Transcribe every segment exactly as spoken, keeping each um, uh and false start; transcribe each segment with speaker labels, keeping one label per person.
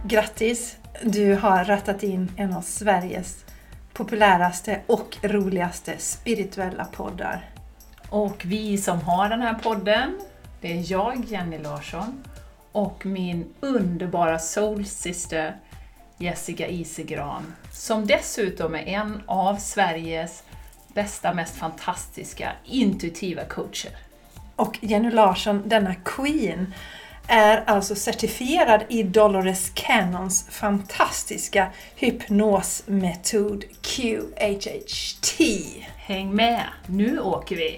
Speaker 1: Grattis! Du har rattat in en av Sveriges populäraste och roligaste spirituella poddar.
Speaker 2: Och vi som har den här podden, det är jag, Jenny Larsson, och min underbara soul sister Jessica Isegran, som dessutom är en av Sveriges bästa, mest fantastiska, intuitiva coacher.
Speaker 1: Och Jenny Larsson, denna queen, är alltså certifierad i Dolores Cannons fantastiska hypnosmetod Q H H T.
Speaker 2: Häng med, nu åker vi!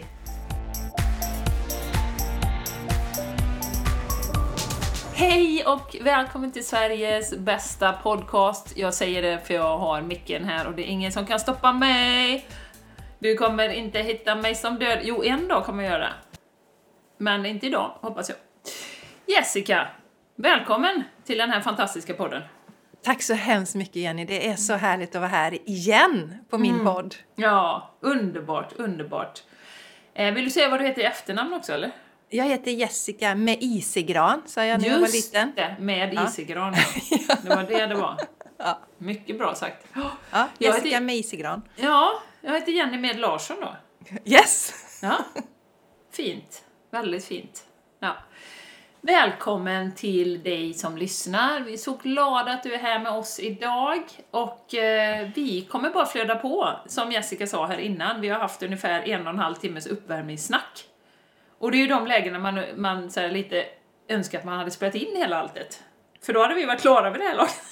Speaker 2: Hej och välkommen till Sveriges bästa podcast. Jag säger det för jag har micken här och det är ingen som kan stoppa mig. Du kommer inte hitta mig som död. Jo, en dag kommer jag göra. Men inte idag, hoppas jag. Jessica, välkommen till den här fantastiska podden.
Speaker 1: Tack så hemskt mycket, Jenny. Det är så härligt att vara här igen på min mm. podd.
Speaker 2: Ja, underbart, underbart. Eh, vill du säga vad du heter i efternamn också, eller?
Speaker 1: Jag heter Jessica med Isegran, sa jag när jag var liten.
Speaker 2: Just det, med ja. Isegran. Ja. Det var det det var. Ja. Mycket bra sagt.
Speaker 1: Ja, Jessica heter... med Isegran.
Speaker 2: Ja, jag heter Jenny med Larsson då.
Speaker 1: Yes!
Speaker 2: Ja, fint. Väldigt fint. Ja. Välkommen till dig som lyssnar. Vi är så glada att du är här med oss idag. Och eh, vi kommer bara flöda på, som Jessica sa här innan. Vi har haft ungefär en och en halv timmes uppvärmningssnack. Och det är ju de lägena man, man så här, lite önskar att man hade spelat in hela alltet. För då hade vi varit klara vid det här laget.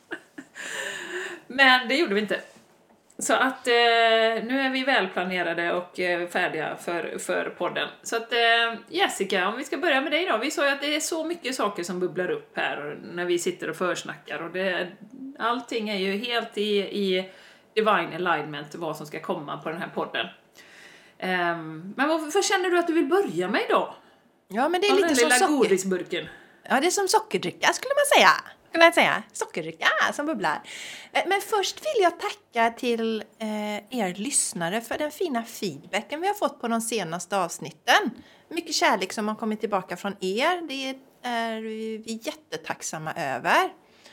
Speaker 2: Men det gjorde vi inte. Så att eh, nu är vi välplanerade och eh, färdiga för, för podden. Så att eh, Jessica, om vi ska börja med dig då. Vi sa ju att det är så mycket saker som bubblar upp här när vi sitter och försnackar. Och det, allting är ju helt i, i divine alignment vad som ska komma på den här podden. Um, men varför känner du att du vill börja med då?
Speaker 1: Ja, men det är lite som socker...
Speaker 2: godisburken.
Speaker 1: Ja, det är som sockerdricka skulle man säga. Skulle jag säga. Sockerdricka som bubblar. Men först vill jag tacka till eh, er lyssnare för den fina feedbacken vi har fått på de senaste avsnitten. Mycket kärlek som har kommit tillbaka från er. Det är vi jättetacksamma över.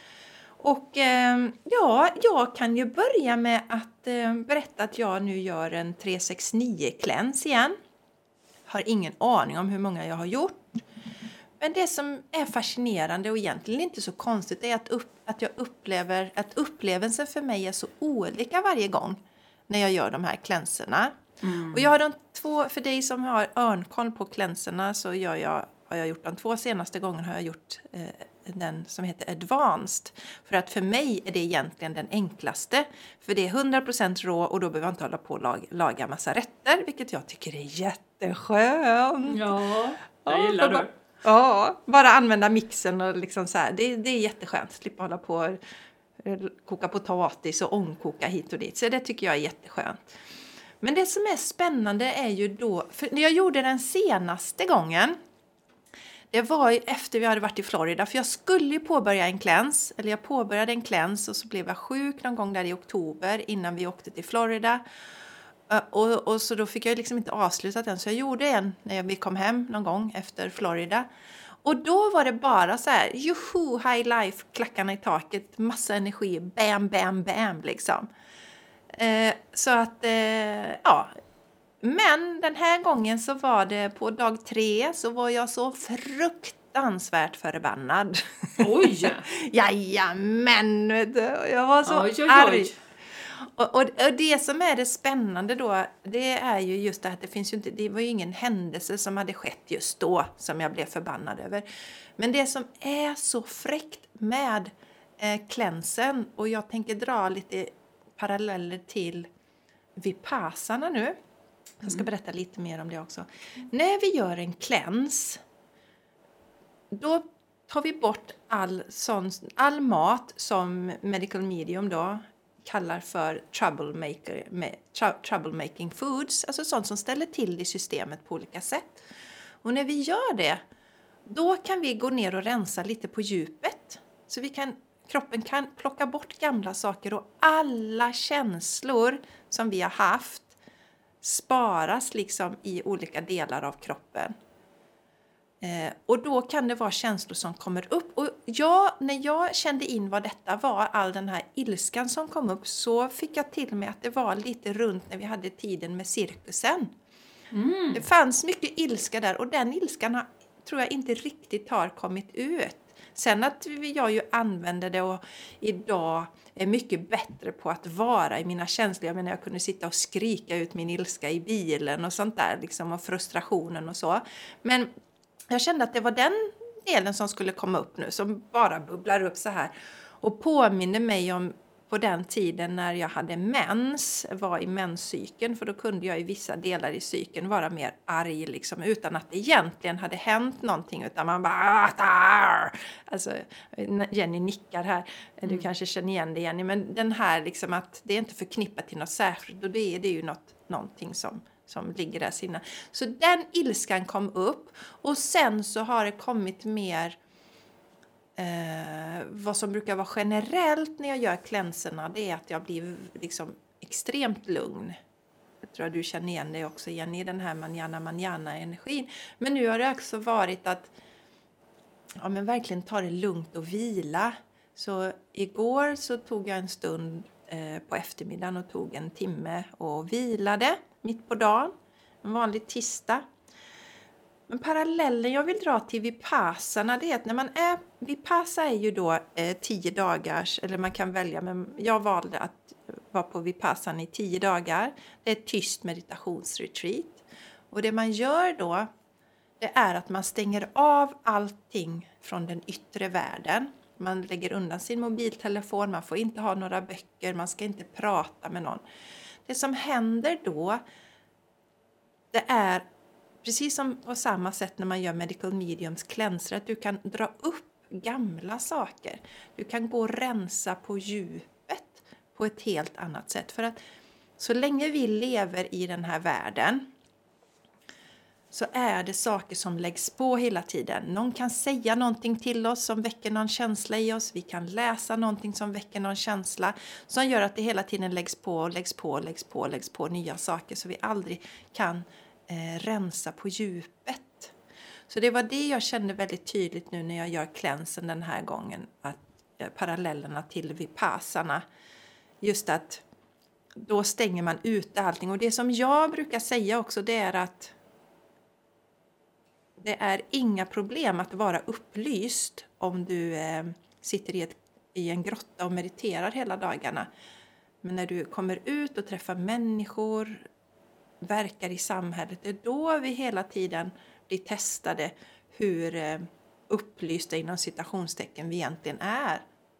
Speaker 1: Och eh, ja, jag kan ju börja med att eh, berätta att jag nu gör en tre sex nio cleanse igen. Har ingen aning om hur många jag har gjort. Men det som är fascinerande och egentligen inte så konstigt är att, upp, att jag upplever att upplevelsen för mig är så olika varje gång när jag gör de här cleanserna. Mm. Och jag har de två, för dig som har örnkoll på cleanserna så gör jag, har jag gjort de två senaste gångerna har jag gjort eh, den som heter Advanced. För att för mig är det egentligen den enklaste. För det är hundra procent rå och då behöver jag inte hålla på och laga, laga massa rätter. Vilket jag tycker är jätteskönt.
Speaker 2: Ja, jag gillar det.
Speaker 1: Ja, bara använda mixen och liksom så här. Det, det är jätteskönt. Slippa hålla på och koka potatis och ångkoka hit och dit. Så det tycker jag är jätteskönt. Men det som är spännande är ju då... För när jag gjorde den senaste gången... Det var ju efter vi hade varit i Florida. För jag skulle ju påbörja en cleanse. Eller jag påbörjade en cleanse och så blev jag sjuk någon gång där i oktober. Innan vi åkte till Florida. Och, och så då fick jag liksom inte avsluta den. Så jag gjorde en när vi kom hem någon gång efter Florida. Och då var det bara så här. Juhu, high life, klackarna i taket. Massa energi, bam, bam, bam liksom. Eh, så att, eh, ja... Men den här gången så var det på dag tre så var jag så fruktansvärt förbannad.
Speaker 2: Oj!
Speaker 1: Jajamän, jag var så oj, oj, oj. arg. Och, och, och det som är det spännande då, det är ju just det att det finns ju inte, det var ju ingen händelse som hade skett just då som jag blev förbannad över. Men det som är så fräckt med eh, cleansen, och jag tänker dra lite paralleller till Vipassana nu. Jag ska berätta lite mer om det också. När vi gör en cleanse, då tar vi bort all, sån, all mat som medical medium då kallar för troublemaker, med, troublemaking foods. Alltså sånt som ställer till det i systemet på olika sätt. Och när vi gör det, då kan vi gå ner och rensa lite på djupet. Så vi kan, kroppen kan plocka bort gamla saker och alla känslor som vi har haft sparas liksom i olika delar av kroppen. Eh, och då kan det vara känslor som kommer upp. Och jag, när jag kände in vad detta var, all den här ilskan som kom upp, så fick jag till mig att det var lite runt när vi hade tiden med cirkusen.
Speaker 2: Mm.
Speaker 1: Det fanns mycket ilska där, och den ilskan har, tror jag inte riktigt har kommit ut. Sen att jag ju använder det och idag är mycket bättre på att vara i mina känslor. Jag menar, jag kunde sitta och skrika ut min ilska i bilen och sånt där liksom, och frustrationen och så. Men jag kände att det var den delen som skulle komma upp nu, som bara bubblar upp så här och påminner mig om på den tiden när jag hade mens, var i menscykeln, för då kunde jag i vissa delar i cykeln vara mer arg liksom, utan att det egentligen hade hänt någonting, utan man bara Arr! Alltså Jenny nickar här, du mm. kanske känner igen det, Jenny, men den här liksom, att det är inte förknippat till något särskilt, och det är, det är ju något, någonting som som ligger där sinna. Så den ilskan kom upp, och sen så har det kommit mer eh, vad som brukar vara generellt när jag gör klänserna, det är att jag blir liksom extremt lugn. Jag tror att du känner igen det också, Jenny, i den här manjana manjana energin. Men nu har det också varit att ja, men verkligen ta det lugnt och vila. Så igår så tog jag en stund eh, på eftermiddagen och tog en timme och vilade mitt på dagen. En vanlig tisdag. Men parallellen jag vill dra till Vipassana, det är att när man är, Vipassana är ju då eh, tio dagars, eller man kan välja, men jag valde att vara på Vipassana i tio dagar. Det är ett tyst meditationsretreat. Och det man gör då, det är att man stänger av allting från den yttre världen. Man lägger undan sin mobiltelefon, man får inte ha några böcker, man ska inte prata med någon. Det som händer då, det är precis som på samma sätt när man gör medical mediums klänser, att du kan dra upp gamla saker. Du kan gå och rensa på djupet på ett helt annat sätt. För att så länge vi lever i den här världen så är det saker som läggs på hela tiden. Någon kan säga någonting till oss som väcker någon känsla i oss. Vi kan läsa någonting som väcker någon känsla. Som gör att det hela tiden läggs på, läggs på, läggs på, läggs på nya saker. Så vi aldrig kan eh, rensa på djupet. Så det var det jag kände väldigt tydligt nu när jag gör klänsen den här gången. Att eh, parallellerna till Vipassana. Just att då stänger man ute allting. Och det som jag brukar säga också, det är att det är inga problem att vara upplyst om du eh, sitter i, ett, i en grotta och mediterar hela dagarna. Men när du kommer ut och träffar människor, verkar i samhället, det är då vi hela tiden blir testade hur eh, upplysta inom citationstecken vi egentligen är.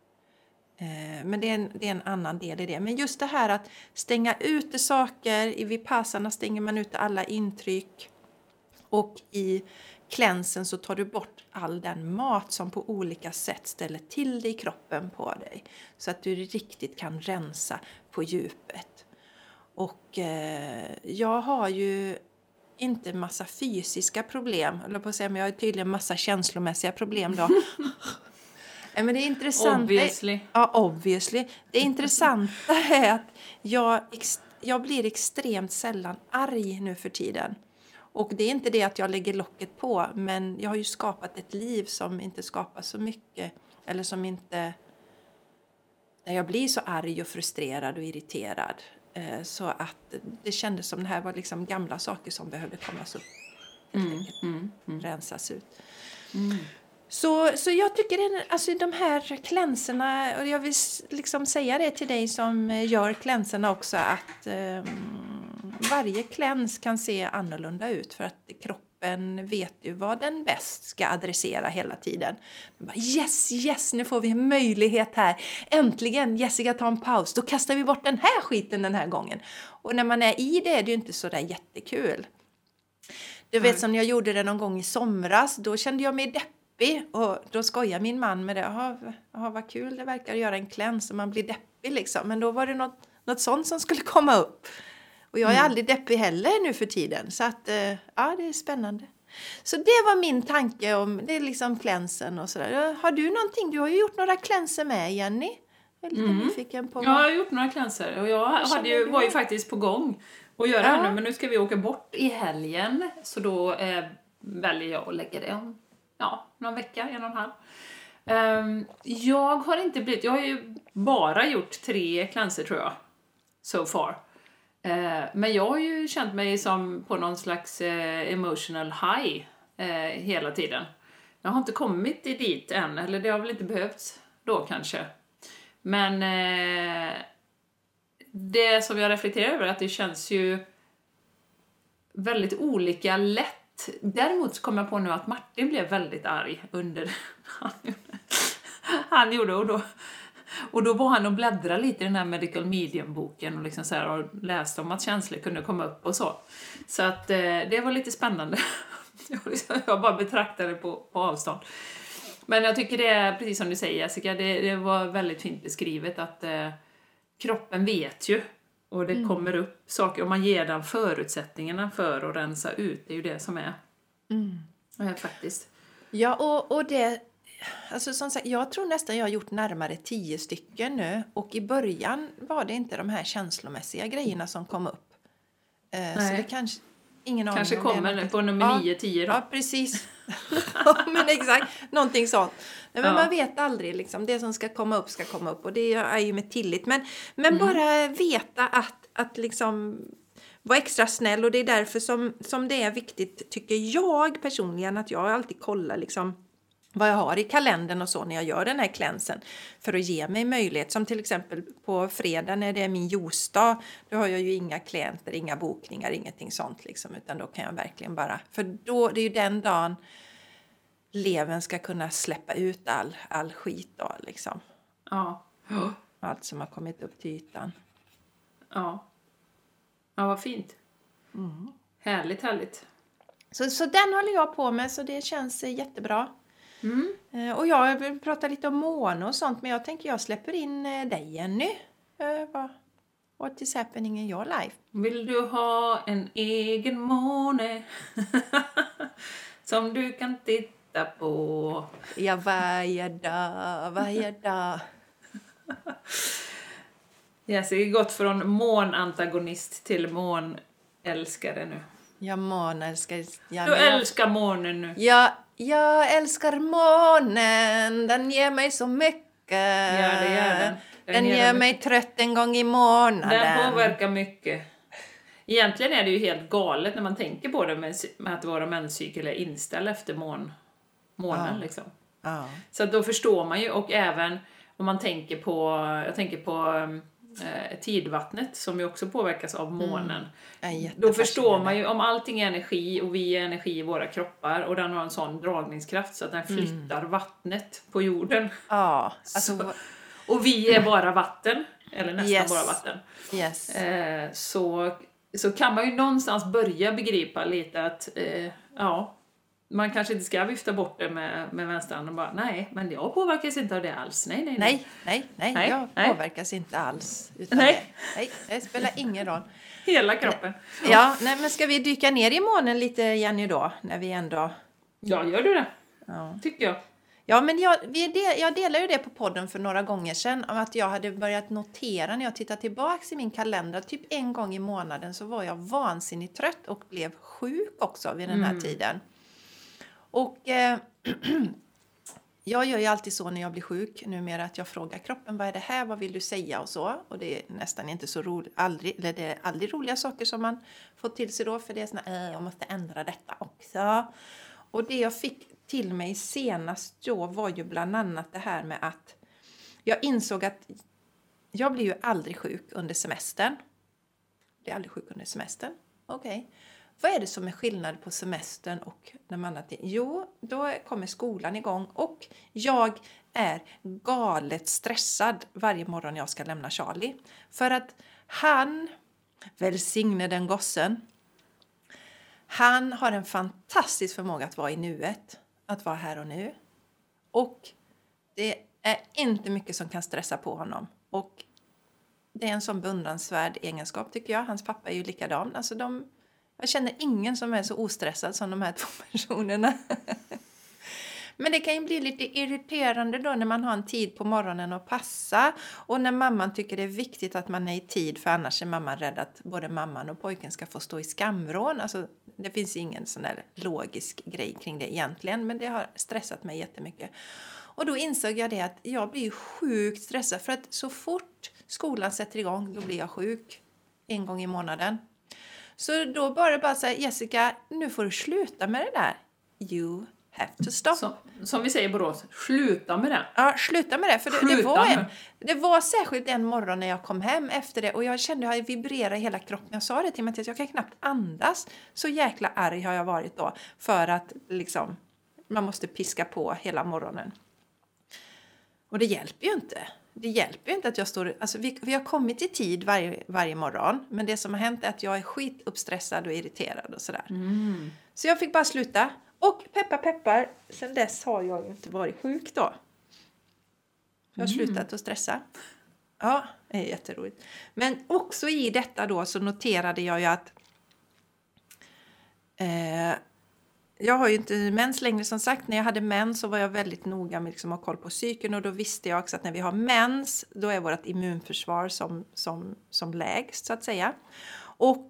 Speaker 1: Eh, men det är, en, det är en annan del i det. Men just det här att stänga ute saker, i Vipassana stänger man ut alla intryck. Och i klänsen så tar du bort all den mat som på olika sätt ställer till dig i kroppen på dig. Så att du riktigt kan rensa på djupet. Och eh, jag har ju inte massa fysiska problem. Eller på att säga, men jag har tydligen massa känslomässiga problem då. Men det är intressant.
Speaker 2: Obviously.
Speaker 1: Ja, obviously. Det intressanta är att jag, jag blir extremt sällan arg nu för tiden. Och det är inte det att jag lägger locket på, men jag har ju skapat ett liv som inte skapar så mycket. Eller som inte, där jag blir så arg och frustrerad och irriterad. Så att det kändes som det här var liksom gamla saker som behövde kommas upp.
Speaker 2: Mm, mm, mm.
Speaker 1: Rensas ut.
Speaker 2: Mm.
Speaker 1: Så, så jag tycker att alltså, de här klänserna, och jag vill liksom säga det till dig som gör klänserna också, att um, varje kläns kan se annorlunda ut, för att kroppen vet ju vad den bäst ska adressera hela tiden. Bara, yes, yes, nu får vi en möjlighet här. Äntligen, Jessica, ta en paus. Då kastar vi bort den här skiten den här gången. Och när man är i det är det ju inte så där jättekul. Du vet, som jag gjorde det någon gång i somras, då kände jag mig deppig. Och då skojar min man med det. Jaha, jaha, vad kul det verkar göra en kläns och man blir deppig liksom. Men då var det något, något sånt som skulle komma upp. Och jag är mm. aldrig deppig heller nu för tiden. Så att, ja, det är spännande. Så det var min tanke om, det är liksom klänsen och sådär. Har du någonting? Du har ju gjort några klänser med, Jenny. Jag är lite
Speaker 2: mm.
Speaker 1: nyfiken på.
Speaker 2: Ja, jag har gjort några klänser. Och jag hade ju, var ju faktiskt på gång att göra ja. det nu. Men nu ska vi åka bort i helgen. Så då eh, väljer jag att lägga det om ja, någon vecka, en och en halv. Um, jag har inte blivit, jag har ju bara gjort tre cleanser tror jag, so far. Uh, men jag har ju känt mig som på någon slags uh, emotional high uh, hela tiden. Jag har inte kommit dit än, eller det har väl inte behövts då kanske. Men uh, det som jag reflekterar över är att det känns ju väldigt olika lätt. Däremot så kom jag på nu att Martin blev väldigt arg under han gjorde och då och då var han och bläddrade lite i den här Medical Medium-boken och liksom så här, och läste om att känslor kunde komma upp och så. Så att eh, det var lite spännande. Jag bara betraktade det på, på avstånd. Men jag tycker det är, precis som du säger Jessica, det, det var väldigt fint beskrivet att eh, kroppen vet ju. Och det mm. kommer upp saker och man ger den förutsättningarna för att rensa ut. Det är ju det som är mm. eh, faktiskt.
Speaker 1: Ja, och, och det... Alltså som sagt, jag tror nästan jag har gjort närmare tio stycken nu. Och i början var det inte de här känslomässiga grejerna som kom upp. Eh,
Speaker 2: Nej.
Speaker 1: Så det kanske... Ingen aning
Speaker 2: kanske
Speaker 1: om
Speaker 2: kommer
Speaker 1: det
Speaker 2: på nummer
Speaker 1: ja,
Speaker 2: nio tio då.
Speaker 1: Ja, precis. Ja, men exakt. Någonting sånt. Nej, men ja. Man vet aldrig liksom. Det som ska komma upp ska komma upp. Och det är ju med tillit. Men, men mm. bara veta att, att liksom... Var extra snäll. Och det är därför som, som det är viktigt, tycker jag personligen, att jag alltid kollar liksom... vad jag har i kalendern och så när jag gör den här klänsen. För att ge mig möjlighet. Som till exempel på fredag när det är min juicedag. Då har jag ju inga klienter, inga bokningar, ingenting sånt liksom. Utan då kan jag verkligen bara... För då, det är ju den dagen levern ska kunna släppa ut all, all skit då liksom.
Speaker 2: Ja. ja.
Speaker 1: Allt som har kommit upp till ytan.
Speaker 2: Ja. Ja, vad fint.
Speaker 1: Mm.
Speaker 2: Härligt, härligt.
Speaker 1: Så, så den håller jag på med så det känns jättebra.
Speaker 2: Mm.
Speaker 1: Och jag pratar lite om måne och sånt, men jag tänker jag släpper in dig Jenny. Uh, what is happening in your life?
Speaker 2: Vill du ha en egen måne som du kan titta på?
Speaker 1: Ja, varje dag, varje dag.
Speaker 2: Yes, det är gått från månantagonist till månälskare nu.
Speaker 1: Ja, månälskare. Ja,
Speaker 2: du älskar månen nu.
Speaker 1: Ja, jag älskar månen. Den ger mig så mycket.
Speaker 2: Ja, det gör den.
Speaker 1: Den, den ger mig trött en gång i månaden.
Speaker 2: Den påverkar mycket. Egentligen är det ju helt galet när man tänker på det med, med att våra menscykel är inställd efter mån, månen. Ja. Liksom.
Speaker 1: Ja.
Speaker 2: Så då förstår man ju, och även om man tänker på, jag tänker på eh, tidvattnet som ju också påverkas av månen. Mm. Då förstår man ju, om allting är energi och vi är energi i våra kroppar och den har en sån dragningskraft så att den flyttar mm. vattnet på jorden.
Speaker 1: Ja, alltså...
Speaker 2: så, och vi är bara vatten, eller nästan
Speaker 1: yes.
Speaker 2: bara vatten.
Speaker 1: Yes.
Speaker 2: Eh, så, så kan man ju någonstans börja begripa lite att eh, ja, man kanske inte ska vifta bort det med, med vänsterhanden och bara, nej, men jag påverkas inte av det alls. Nej, nej,
Speaker 1: nej. Nej, nej, nej, jag
Speaker 2: nej.
Speaker 1: påverkas inte alls. Utan
Speaker 2: nej.
Speaker 1: Det. Nej, det spelar ingen roll.
Speaker 2: Hela kroppen.
Speaker 1: Ja, nej, men ska vi dyka ner i månen lite, Jenny, då? När vi ändå...
Speaker 2: Ja, gör du det?
Speaker 1: Ja.
Speaker 2: Tycker jag.
Speaker 1: Ja, men jag, vi del, jag delade ju det på podden för några gånger sedan. Om att jag hade börjat notera när jag tittar tillbaka i min kalender. Typ en gång i månaden så var jag vansinnigt trött och blev sjuk också vid den här mm. tiden. Och eh, jag gör ju alltid så när jag blir sjuk numera att jag frågar kroppen, vad är det här, vad vill du säga och så. Och det är nästan inte så roligt, aldrig, eller det är aldrig roliga saker som man får till sig då. För det är såna, äh, jag måste ändra detta också. Och det jag fick till mig senast då var ju bland annat det här med att jag insåg att jag blir ju aldrig sjuk under semestern. Jag blir aldrig sjuk under semestern, okej. Okay. Vad är det som är skillnad på semestern och när man har... Jo, då kommer skolan igång och jag är galet stressad varje morgon jag ska lämna Charlie. För att han, välsigne den gossen, han har en fantastisk förmåga att vara i nuet. Att vara här och nu. Och det är inte mycket som kan stressa på honom. Och det är en sån beundransvärd egenskap tycker jag. Hans pappa är ju likadan. Alltså de... Jag känner ingen som är så ostressad som de här två personerna. Men det kan ju bli lite irriterande då när man har en tid på morgonen att passa. Och när mamman tycker det är viktigt att man är i tid. För annars är mamman rädd att både mamman och pojken ska få stå i skamvrån. Alltså det finns ingen sån där logisk grej kring det egentligen. Men det har stressat mig jättemycket. Och då insåg jag det att jag blir sjukt stressad. För att så fort skolan sätter igång, då blir jag sjuk. En gång i månaden. Så då bara bara säga, Jessica, nu får du sluta med det där. You have to stop.
Speaker 2: Som, som vi säger på Borås, sluta med det.
Speaker 1: Ja, sluta med det. För det, det, var en, det var särskilt en morgon när jag kom hem efter det. Och jag kände att jag vibrerade i hela kroppen. Jag sa det till Mattias, jag kan knappt andas. Så jäkla arg har jag varit då. För att liksom, man måste piska på hela morgonen. Och det hjälper ju inte. Det hjälper ju inte att jag står... Alltså vi, vi har kommit i tid varje, varje morgon. Men det som har hänt är att jag är skituppstressad och irriterad och sådär.
Speaker 2: Mm.
Speaker 1: Så jag fick bara sluta. Och peppar peppar, sen dess har jag ju inte varit sjuk då. Jag har
Speaker 2: Mm.
Speaker 1: slutat att stressa. Ja, det är jätteroligt. Men också i detta då så noterade jag ju att... Eh, jag har ju inte mens längre som sagt. När jag hade mens så var jag väldigt noga med liksom att ha koll på psyken. Och då visste jag också att när vi har mens, då är vårt immunförsvar som, som, som lägst så att säga. Och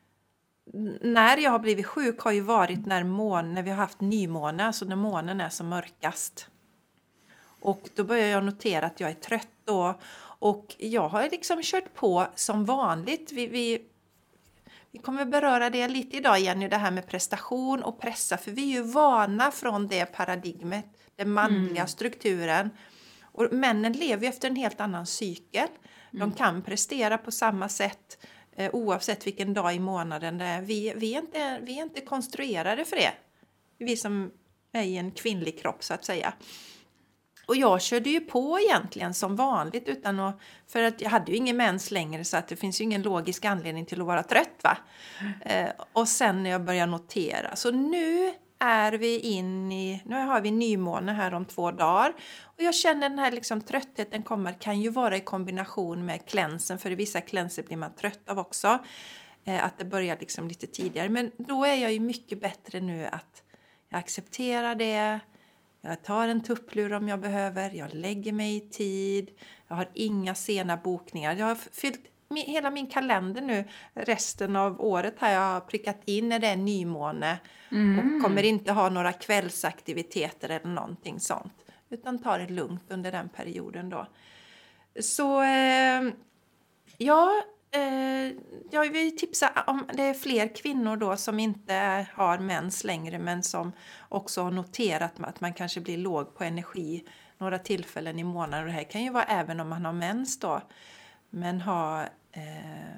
Speaker 1: när jag har blivit sjuk har ju varit när, mån, när vi har haft nymåne. Alltså när månen är som mörkast. Och då börjar jag notera att jag är trött då. Och jag har liksom kört på som vanligt. Vi... vi Vi kommer beröra det lite idag igen, det här med prestation och pressa. För vi är ju vana från det paradigmet, den manliga mm. strukturen. Och männen lever ju efter en helt annan cykel. Mm. De kan prestera på samma sätt eh, oavsett vilken dag i månaden det är. Vi, vi, är inte, vi är inte konstruerade för det. Vi som är i en kvinnlig kropp så att säga. Och jag körde ju på egentligen som vanligt utan att, för att jag hade ju ingen mens längre så att det finns ju ingen logisk anledning till att vara trött va. Mm. Eh, och sen när jag började notera. Så nu är vi in i, nu har vi nymåne här om två dagar. Och jag känner den här liksom tröttheten kommer, kan ju vara i kombination med klänsen. För i vissa klänser blir man trött av också. Eh, att det börjar liksom lite tidigare. Men då är jag ju mycket bättre nu att jag accepterar det. Jag tar en tupplur om jag behöver. Jag lägger mig i tid. Jag har inga sena bokningar. Jag har fyllt hela min kalender nu. Resten av året har jag prickat in när det är nymåne. Mm. Och kommer inte ha några kvällsaktiviteter eller någonting sånt. Utan tar det lugnt under den perioden då. Så eh, ja... Jag vill tipsa om det är fler kvinnor då som inte har mens längre men som också har noterat att man kanske blir låg på energi några tillfällen i månaden. Det här kan ju vara även om man har mens då. Men ha, eh,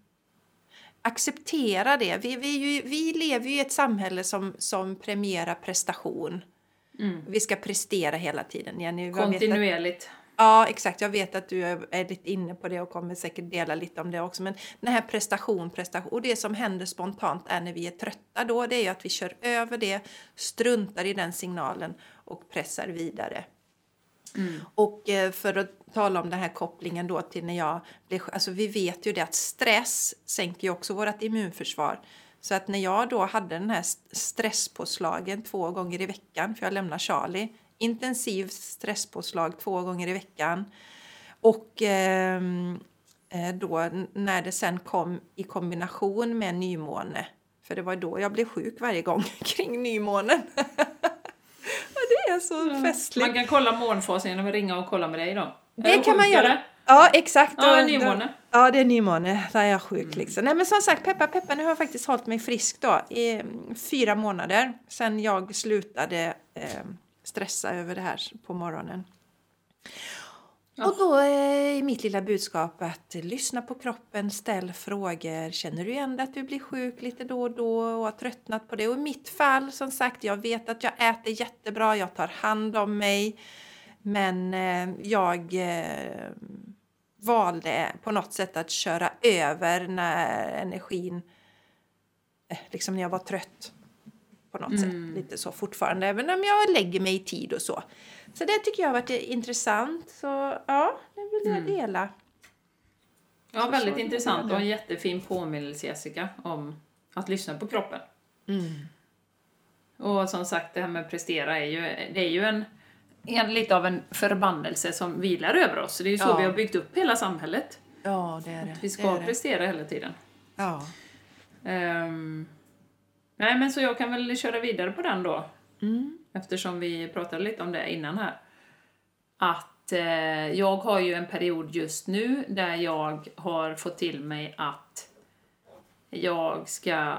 Speaker 1: acceptera det. Vi, vi, ju, vi lever ju i ett samhälle som, som premierar prestation. Mm. Vi ska prestera hela tiden. Jenny,
Speaker 2: kontinuerligt.
Speaker 1: Ja, exakt. Jag vet att du är lite inne på det och kommer säkert dela lite om det också. Men den här prestation, prestation. Och det som händer spontant är när vi är trötta då. Det är ju att vi kör över det, struntar i den signalen och pressar vidare. Mm. Och för att tala om den här kopplingen då till när jag blir... Alltså vi vet ju det att stress sänker ju också vårt immunförsvar. Så att när jag då hade den här stresspåslagen två gånger i veckan, för jag lämnar Charlie... Intensiv stresspåslag två gånger i veckan. Och eh, då när det sen kom i kombination med nymåne. För det var då jag blev sjuk varje gång kring nymånen. Det är så ja. Festligt.
Speaker 2: Man kan kolla månfasen genom att ringa och kolla med dig då.
Speaker 1: Det kan man göra. Ja, exakt.
Speaker 2: Ja, det är nymåne.
Speaker 1: Ja, det är nymåne. Där är jag sjuk mm. liksom. Nej, men som sagt, peppa, peppa. Nu har jag faktiskt hållit mig frisk då. I fyra månader. Sen jag slutade... Eh, stressa över det här på morgonen. Ja. Och då är mitt lilla budskap att lyssna på kroppen, ställ frågor. Känner du igen att du blir sjuk lite då och då och har tröttnat på det? Och i mitt fall, som sagt, jag vet att jag äter jättebra, jag tar hand om mig. Men eh, jag eh, valde på något sätt att köra över när energin, eh, liksom när jag var trött. På något mm. sätt. Lite så fortfarande. Även om jag lägger mig i tid och så. Så det tycker jag har varit intressant. Så ja, det vill jag mm. dela.
Speaker 2: Ja, väldigt så, intressant. Och en jättefin påminnelse, Jessica. Om att lyssna på kroppen. Mm. Och som sagt, det här med prestera är ju, det är ju en, en lite av en förbannelse som vilar över oss. Det är ju så ja. Vi har byggt upp hela samhället.
Speaker 1: Ja, det är det.
Speaker 2: Att vi ska
Speaker 1: det är
Speaker 2: prestera
Speaker 1: det.
Speaker 2: Hela tiden.
Speaker 1: Ja.
Speaker 2: Um, Nej, men så jag kan väl köra vidare på den då.
Speaker 1: Mm.
Speaker 2: Eftersom vi pratade lite om det innan här. Att eh, jag har ju en period just nu där jag har fått till mig att jag ska,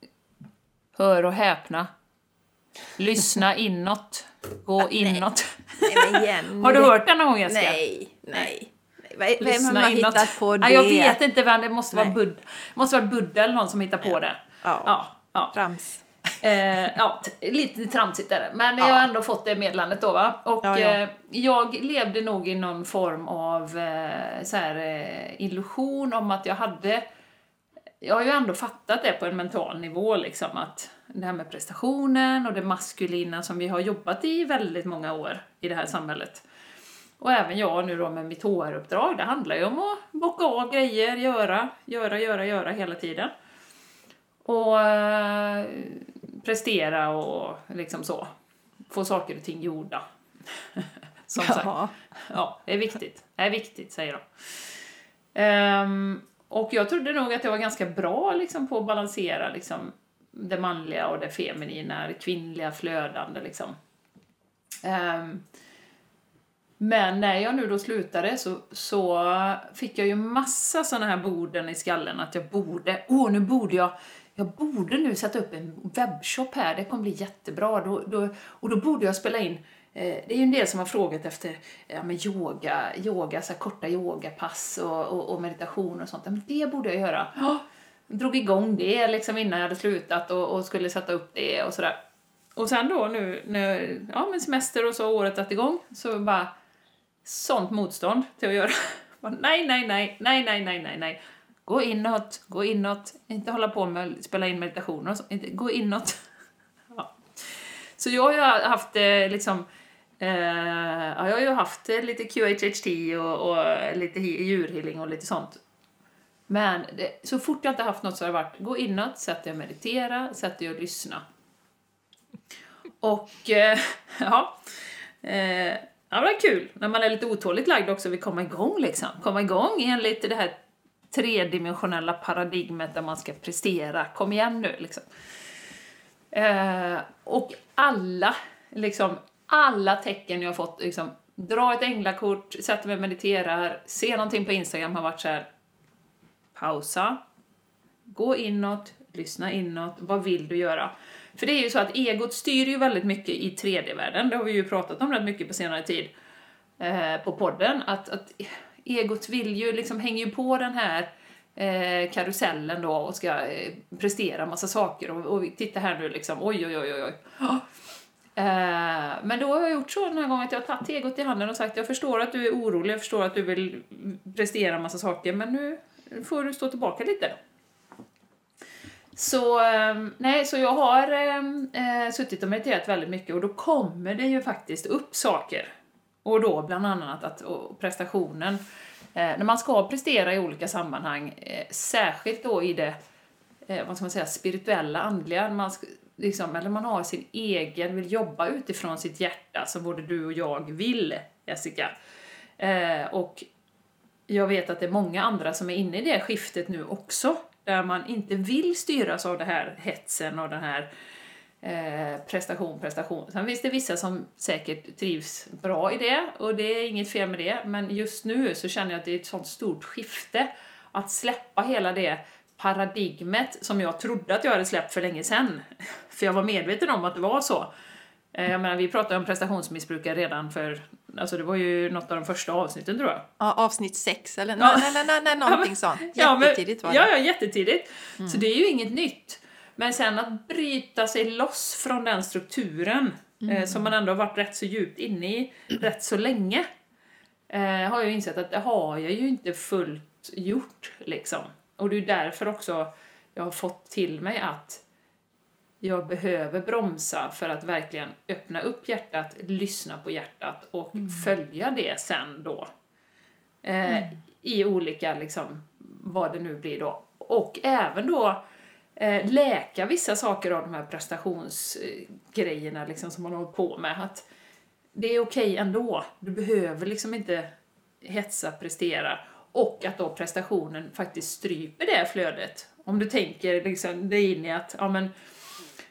Speaker 2: hör och häpna, lyssna inåt, gå inåt.
Speaker 1: Nej, men igen.
Speaker 2: Har du hört den någon gång, Jessica?
Speaker 1: Nej, nej. Vem
Speaker 2: Lyssna
Speaker 1: har
Speaker 2: inåt.
Speaker 1: hittat på det?
Speaker 2: Nej, jag vet inte vem, det måste vara,
Speaker 1: Nej.
Speaker 2: Bud, måste vara Buddha eller någon som hittar på
Speaker 1: Ja.
Speaker 2: det.
Speaker 1: Ja,
Speaker 2: Ja, ja.
Speaker 1: trams.
Speaker 2: Eh, ja, t- lite tramsigt är det. Men
Speaker 1: Ja.
Speaker 2: jag har ändå fått det meddelandet då, va? Och
Speaker 1: Ja, ja.
Speaker 2: Eh, jag levde nog i någon form av eh, så här, eh, illusion om att jag hade... Jag har ju ändå fattat det på en mental nivå, liksom, att det här med prestationen och det maskulina som vi har jobbat i väldigt många år i det här samhället. Och även jag nu då med mitt H R-uppdrag, det handlar ju om att bocka av grejer, göra, göra, göra, göra hela tiden. Och eh, prestera och liksom så. Få saker och ting gjorda. Som sagt.
Speaker 1: Ja.
Speaker 2: Ja, det är viktigt. Det är viktigt, säger de. Ehm, och jag trodde nog att jag var ganska bra liksom, på att balansera liksom, det manliga och det feminina, det kvinnliga, flödande. Liksom. Ehm, men när jag nu då slutade så, så fick jag ju massa såna här borden i skallen att jag borde, åh nu borde jag, jag borde nu sätta upp en webbshop här, det kommer bli jättebra. Då, då, och då borde jag spela in, eh, det är ju en del som har frågat efter ja, med yoga, yoga så här korta yogapass och, och, och meditation och sånt. Men det borde jag göra. Oh, jag drog igång det liksom innan jag hade slutat och, och skulle sätta upp det och sådär. Och sen då nu, när ja, med semester och så året att igång så bara sånt motstånd till att göra. nej, nej, nej, nej, nej, nej, nej, nej. Gå inåt, gå inåt. Inte hålla på med att spela in meditationer och så. Inte, gå inåt. ja. Så jag har ju haft eh, liksom eh, ja, jag har ju haft eh, lite Q H H T och, och lite djurhealing och lite sånt. Men det, så fort jag inte haft något så har det varit gå inåt, sätt dig och meditera, sätt dig och lyssna. Och eh, ja, eh, ja, det är kul när man är lite otåligt lagd också vill komma igång liksom. Komma igång enligt det här tredimensionella paradigmet där man ska prestera. Kom igen nu liksom. Eh, och alla, liksom, alla tecken jag har fått, liksom, dra ett änglakort, sätta mig och mediterar, se någonting på Instagram har varit så här, pausa, gå inåt, lyssna inåt, vad vill du göra? För det är ju så att egot styr ju väldigt mycket i tre D-världen, det har vi ju pratat om rätt mycket på senare tid eh, på podden, att, att egot vill ju, liksom hänger ju på den här eh, karusellen då och ska eh, prestera massa saker och, och titta här nu liksom, oj oj oj oj oj. Oh. Eh, men då har jag gjort så den här gången att jag har tagit egot i handen och sagt jag förstår att du är orolig, jag förstår att du vill prestera massa saker, men nu får du stå tillbaka lite. Så, nej, så jag har eh, suttit och mediterat väldigt mycket och då kommer det ju faktiskt upp saker. Och då bland annat att och prestationen, eh, när man ska prestera i olika sammanhang, eh, särskilt då i det eh, vad ska man säga, spirituella, andliga, man, liksom, eller man har sin egen, vill jobba utifrån sitt hjärta som både du och jag vill, Jessica. Eh, och jag vet att det är många andra som är inne i det skiftet nu också. Där man inte vill styras av det här hetsen och den här eh, prestation, prestation. Sen finns det vissa som säkert trivs bra i det. Och det är inget fel med det. Men just nu så känner jag att det är ett sånt stort skifte. Att släppa hela det paradigmet som jag trodde att jag hade släppt för länge sedan. För jag var medveten om att det var så. Jag menar, vi pratade om prestationsmissbrukare redan för, alltså det var ju något av de första avsnitten tror jag.
Speaker 1: Ja, avsnitt sex eller
Speaker 2: ja.
Speaker 1: nej, nej, nej, nej, någonting sånt.
Speaker 2: Ja,
Speaker 1: jättetidigt var det.
Speaker 2: Ja, ja, jättetidigt.
Speaker 1: Mm.
Speaker 2: Så det är ju inget nytt. Men sen att bryta sig loss från den strukturen mm. eh, som man ändå har varit rätt så djupt inne i rätt så länge eh, har jag insett att det har jag ju inte fullt gjort liksom. Och det är därför också jag har fått till mig att jag behöver bromsa för att verkligen öppna upp hjärtat, lyssna på hjärtat och mm. följa det sen då. Eh, mm. I olika, liksom, vad det nu blir då. Och även då eh, läka vissa saker av de här prestationsgrejerna liksom, som man håller på med. Att det är okej ändå. Du behöver liksom inte hetsa, prestera. Och att då prestationen faktiskt stryper det flödet. Om du tänker liksom, det in i att, ja men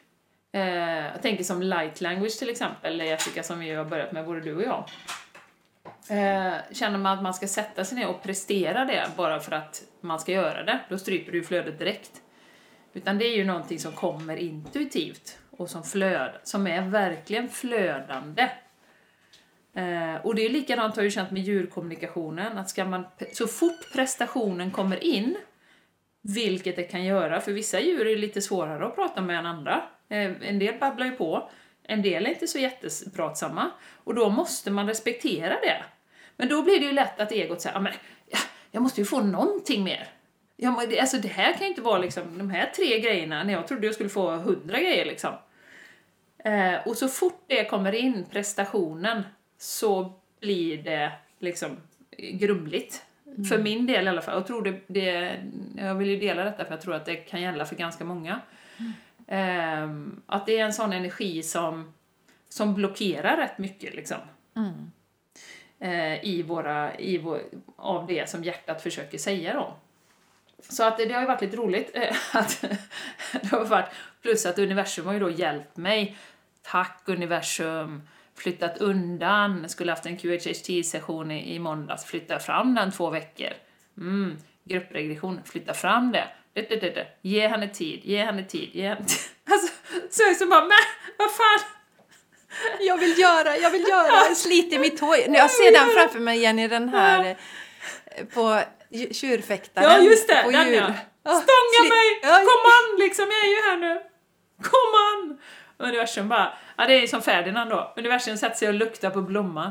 Speaker 2: Eh, jag tänker som light language till exempel, Jessica, som vi har börjat med, både du och jag. Eh, känner man att man ska sätta sig ner och prestera det bara för att man ska göra det, då stryper du flödet direkt. Utan det är ju någonting som kommer intuitivt och som, flöd, som är verkligen flödande. Eh, och det är likadant har jag känt med djurkommunikationen, att ska man, så fort prestationen kommer in, vilket det kan göra, för vissa djur är lite svårare att prata med än andra. Eh, en del babblar ju på, en del är inte så jättepratsamma, och då måste man respektera det. Men då blir det ju lätt att egot säger, men ja, jag måste ju få någonting mer. Ja, men det, alltså det här kan ju inte vara liksom de här tre grejerna när jag trodde jag skulle få hundra grejer liksom. Eh, och så fort det kommer in, prestationen, så blir det liksom grumligt. Mm. För min del i alla fall. Jag tror det, det, jag vill ju dela detta för jag tror att det kan gälla för ganska många. Mm. Eh, att det är en sån energi som, som blockerar rätt mycket liksom. Mm. Eh, i våra, i vår, av det som hjärtat försöker säga då. Så att det, det har ju varit lite roligt eh, att det har varit, plus att universum har ju då hjälpt mig. Tack universum, flyttat undan, skulle haft en Q H H T-session i, i måndags, flytta fram den två veckor. Mm, gruppregression, flytta fram det. Det, det, det, det. Ge henne tid, ge henne tid, ge henne tid. Alltså, så är det som bara, men vad fan?
Speaker 1: Jag vill göra, jag vill göra, slit i mitt hår. Jag ser den framför mig igen i den här på tjurfäktaren.
Speaker 2: Ja, just det,
Speaker 1: på
Speaker 2: den
Speaker 1: djur.
Speaker 2: ja. Stånga mig, kom an liksom, jag är ju här nu. Kom an. Universum bara, ja det är som Ferdinand då. Universum sätter sig och luktar på blomman.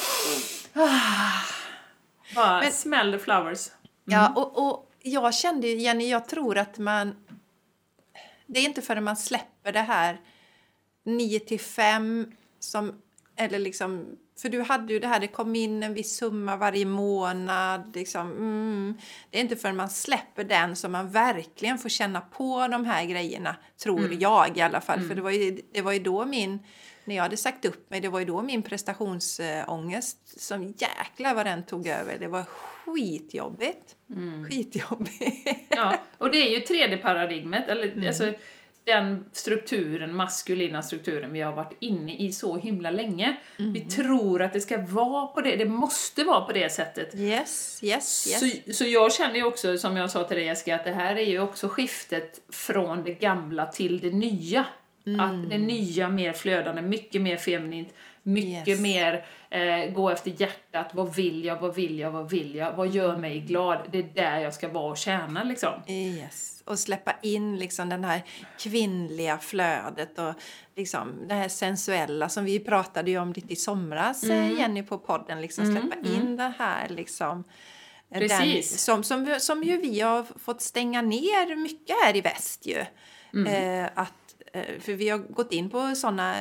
Speaker 2: Bara Men, smell the flowers. Mm.
Speaker 1: Ja, och, och jag kände ju, Jenny, jag tror att man, det är inte förrän man släpper det här nio till fem som, eller liksom, för du hade ju det här, det kom in en viss summa varje månad liksom, mm, det är inte förrän man släpper den som man verkligen får känna på de här grejerna, tror mm. jag i alla fall, mm. för det var, ju, det var ju då min, när jag hade sagt upp mig, det var ju då min prestationsångest som jäklar vad den tog över, det var skitjobbigt mm. skitjobbigt
Speaker 2: ja, och det är ju tredje paradigmet, eller mm. alltså den strukturen, maskulina strukturen vi har varit inne i så himla länge. Mm. Vi tror att det ska vara på det, det måste vara på det sättet.
Speaker 1: Yes, yes, yes.
Speaker 2: Så, så jag känner ju också, som jag sa till dig Jessica, att det här är ju också skiftet från det gamla till det nya. Mm. Att det nya mer flödande, mycket mer feminint, mycket yes. mer eh, gå efter hjärtat. Vad vill jag, vad vill jag, vad vill jag? Vad gör mig glad? Det är där jag ska vara och tjäna liksom.
Speaker 1: Yes. Och släppa in liksom den här kvinnliga flödet och liksom det här sensuella som vi pratade ju om lite i somras, mm. Jenny, på podden. Liksom släppa mm. in mm. det här liksom.
Speaker 2: Precis.
Speaker 1: Den, som, som, som ju vi har fått stänga ner mycket här i väst ju. Mm. Eh, att, eh, för vi har gått in på sådana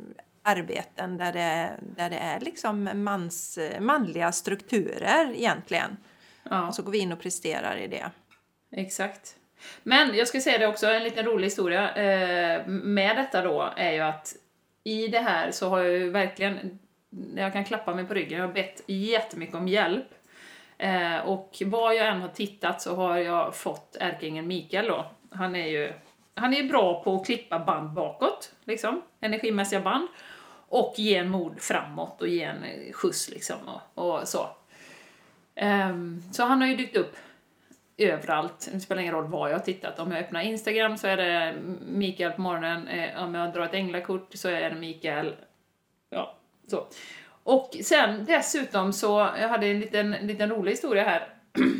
Speaker 1: arbeten där det, där det är liksom mans, manliga strukturer egentligen. Ja. Och så går vi in och presterar i det.
Speaker 2: Exakt. Men jag ska säga det också, en liten rolig historia eh, med detta då är ju att i det här så har jag ju verkligen, jag kan klappa mig på ryggen, jag har bett jättemycket om hjälp. Eh, och var jag än har tittat så har jag fått ärkeängeln Mikael då. Han är ju han är bra på att klippa band bakåt, liksom, energimässiga band. Och ge en mod framåt och ge en skjuts liksom och, och så. Eh, så han har ju dykt upp överallt. Det spelar ingen roll vad jag har tittat. Om jag öppnar Instagram så är det Mikael på morgonen. Eh, om jag drar ett änglakort så är det Mikael. Ja, så. Och sen dessutom så, jag hade en liten, liten rolig historia här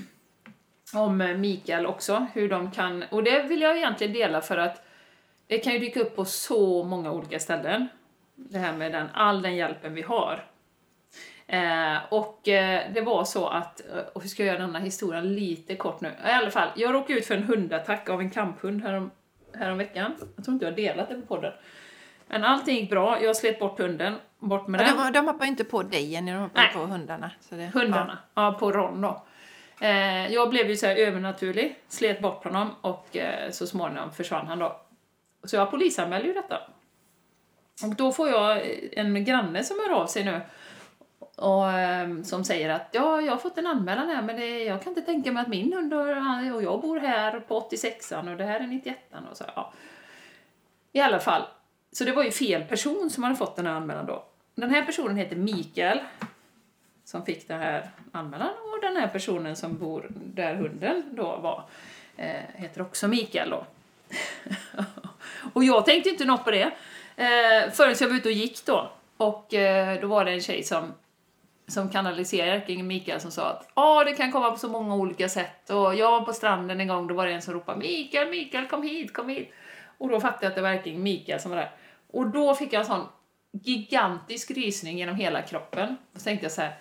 Speaker 2: om Mikael också. Hur de kan, och det vill jag egentligen dela för att det kan ju dyka upp på så många olika ställen. Det här med den, all den hjälpen vi har. Eh, och eh, det var så att, och hur ska jag göra den här historien lite kort nu? I alla fall, jag råkade ut för en hundattack av en kamphund härom, härom veckan. Jag tror inte jag har delat det på podden. Men allting gick bra, jag slet bort hunden, bort med den.
Speaker 1: De, de hoppar inte på dig när de hoppar Nej. på hundarna. Så det,
Speaker 2: hundarna, ja. ja på Ron då. Eh, jag blev ju så här övernaturlig, slet bort honom och eh, så småningom försvann han då. Så jag polisanmälde ju detta. Och då får jag en granne som hör av sig nu. Och um, som säger att ja, jag har fått en anmälan här, men det, jag kan inte tänka mig att min hund och, och jag bor här på åttiosexan och det här är nittioettan och så ja. I alla fall, så det var ju fel person som hade fått den här anmälan då. Den här personen heter Mikael som fick den här anmälan, och den här personen som bor där hunden då var eh, heter också Mikael då. Och jag tänkte inte något på det eh, förrän jag var ute och gick då. Och eh, då var det en tjej som, som kanaliserade kring Mikael som sa att ah, det kan komma på så många olika sätt. Och jag var på stranden en gång, då var det en som ropade Mikael, Mikael, kom hit, kom hit. Och då fattade jag att det var verkligen Mikael som var där. Och då fick jag en sån gigantisk rysning genom hela kroppen. Och så tänkte jag så här: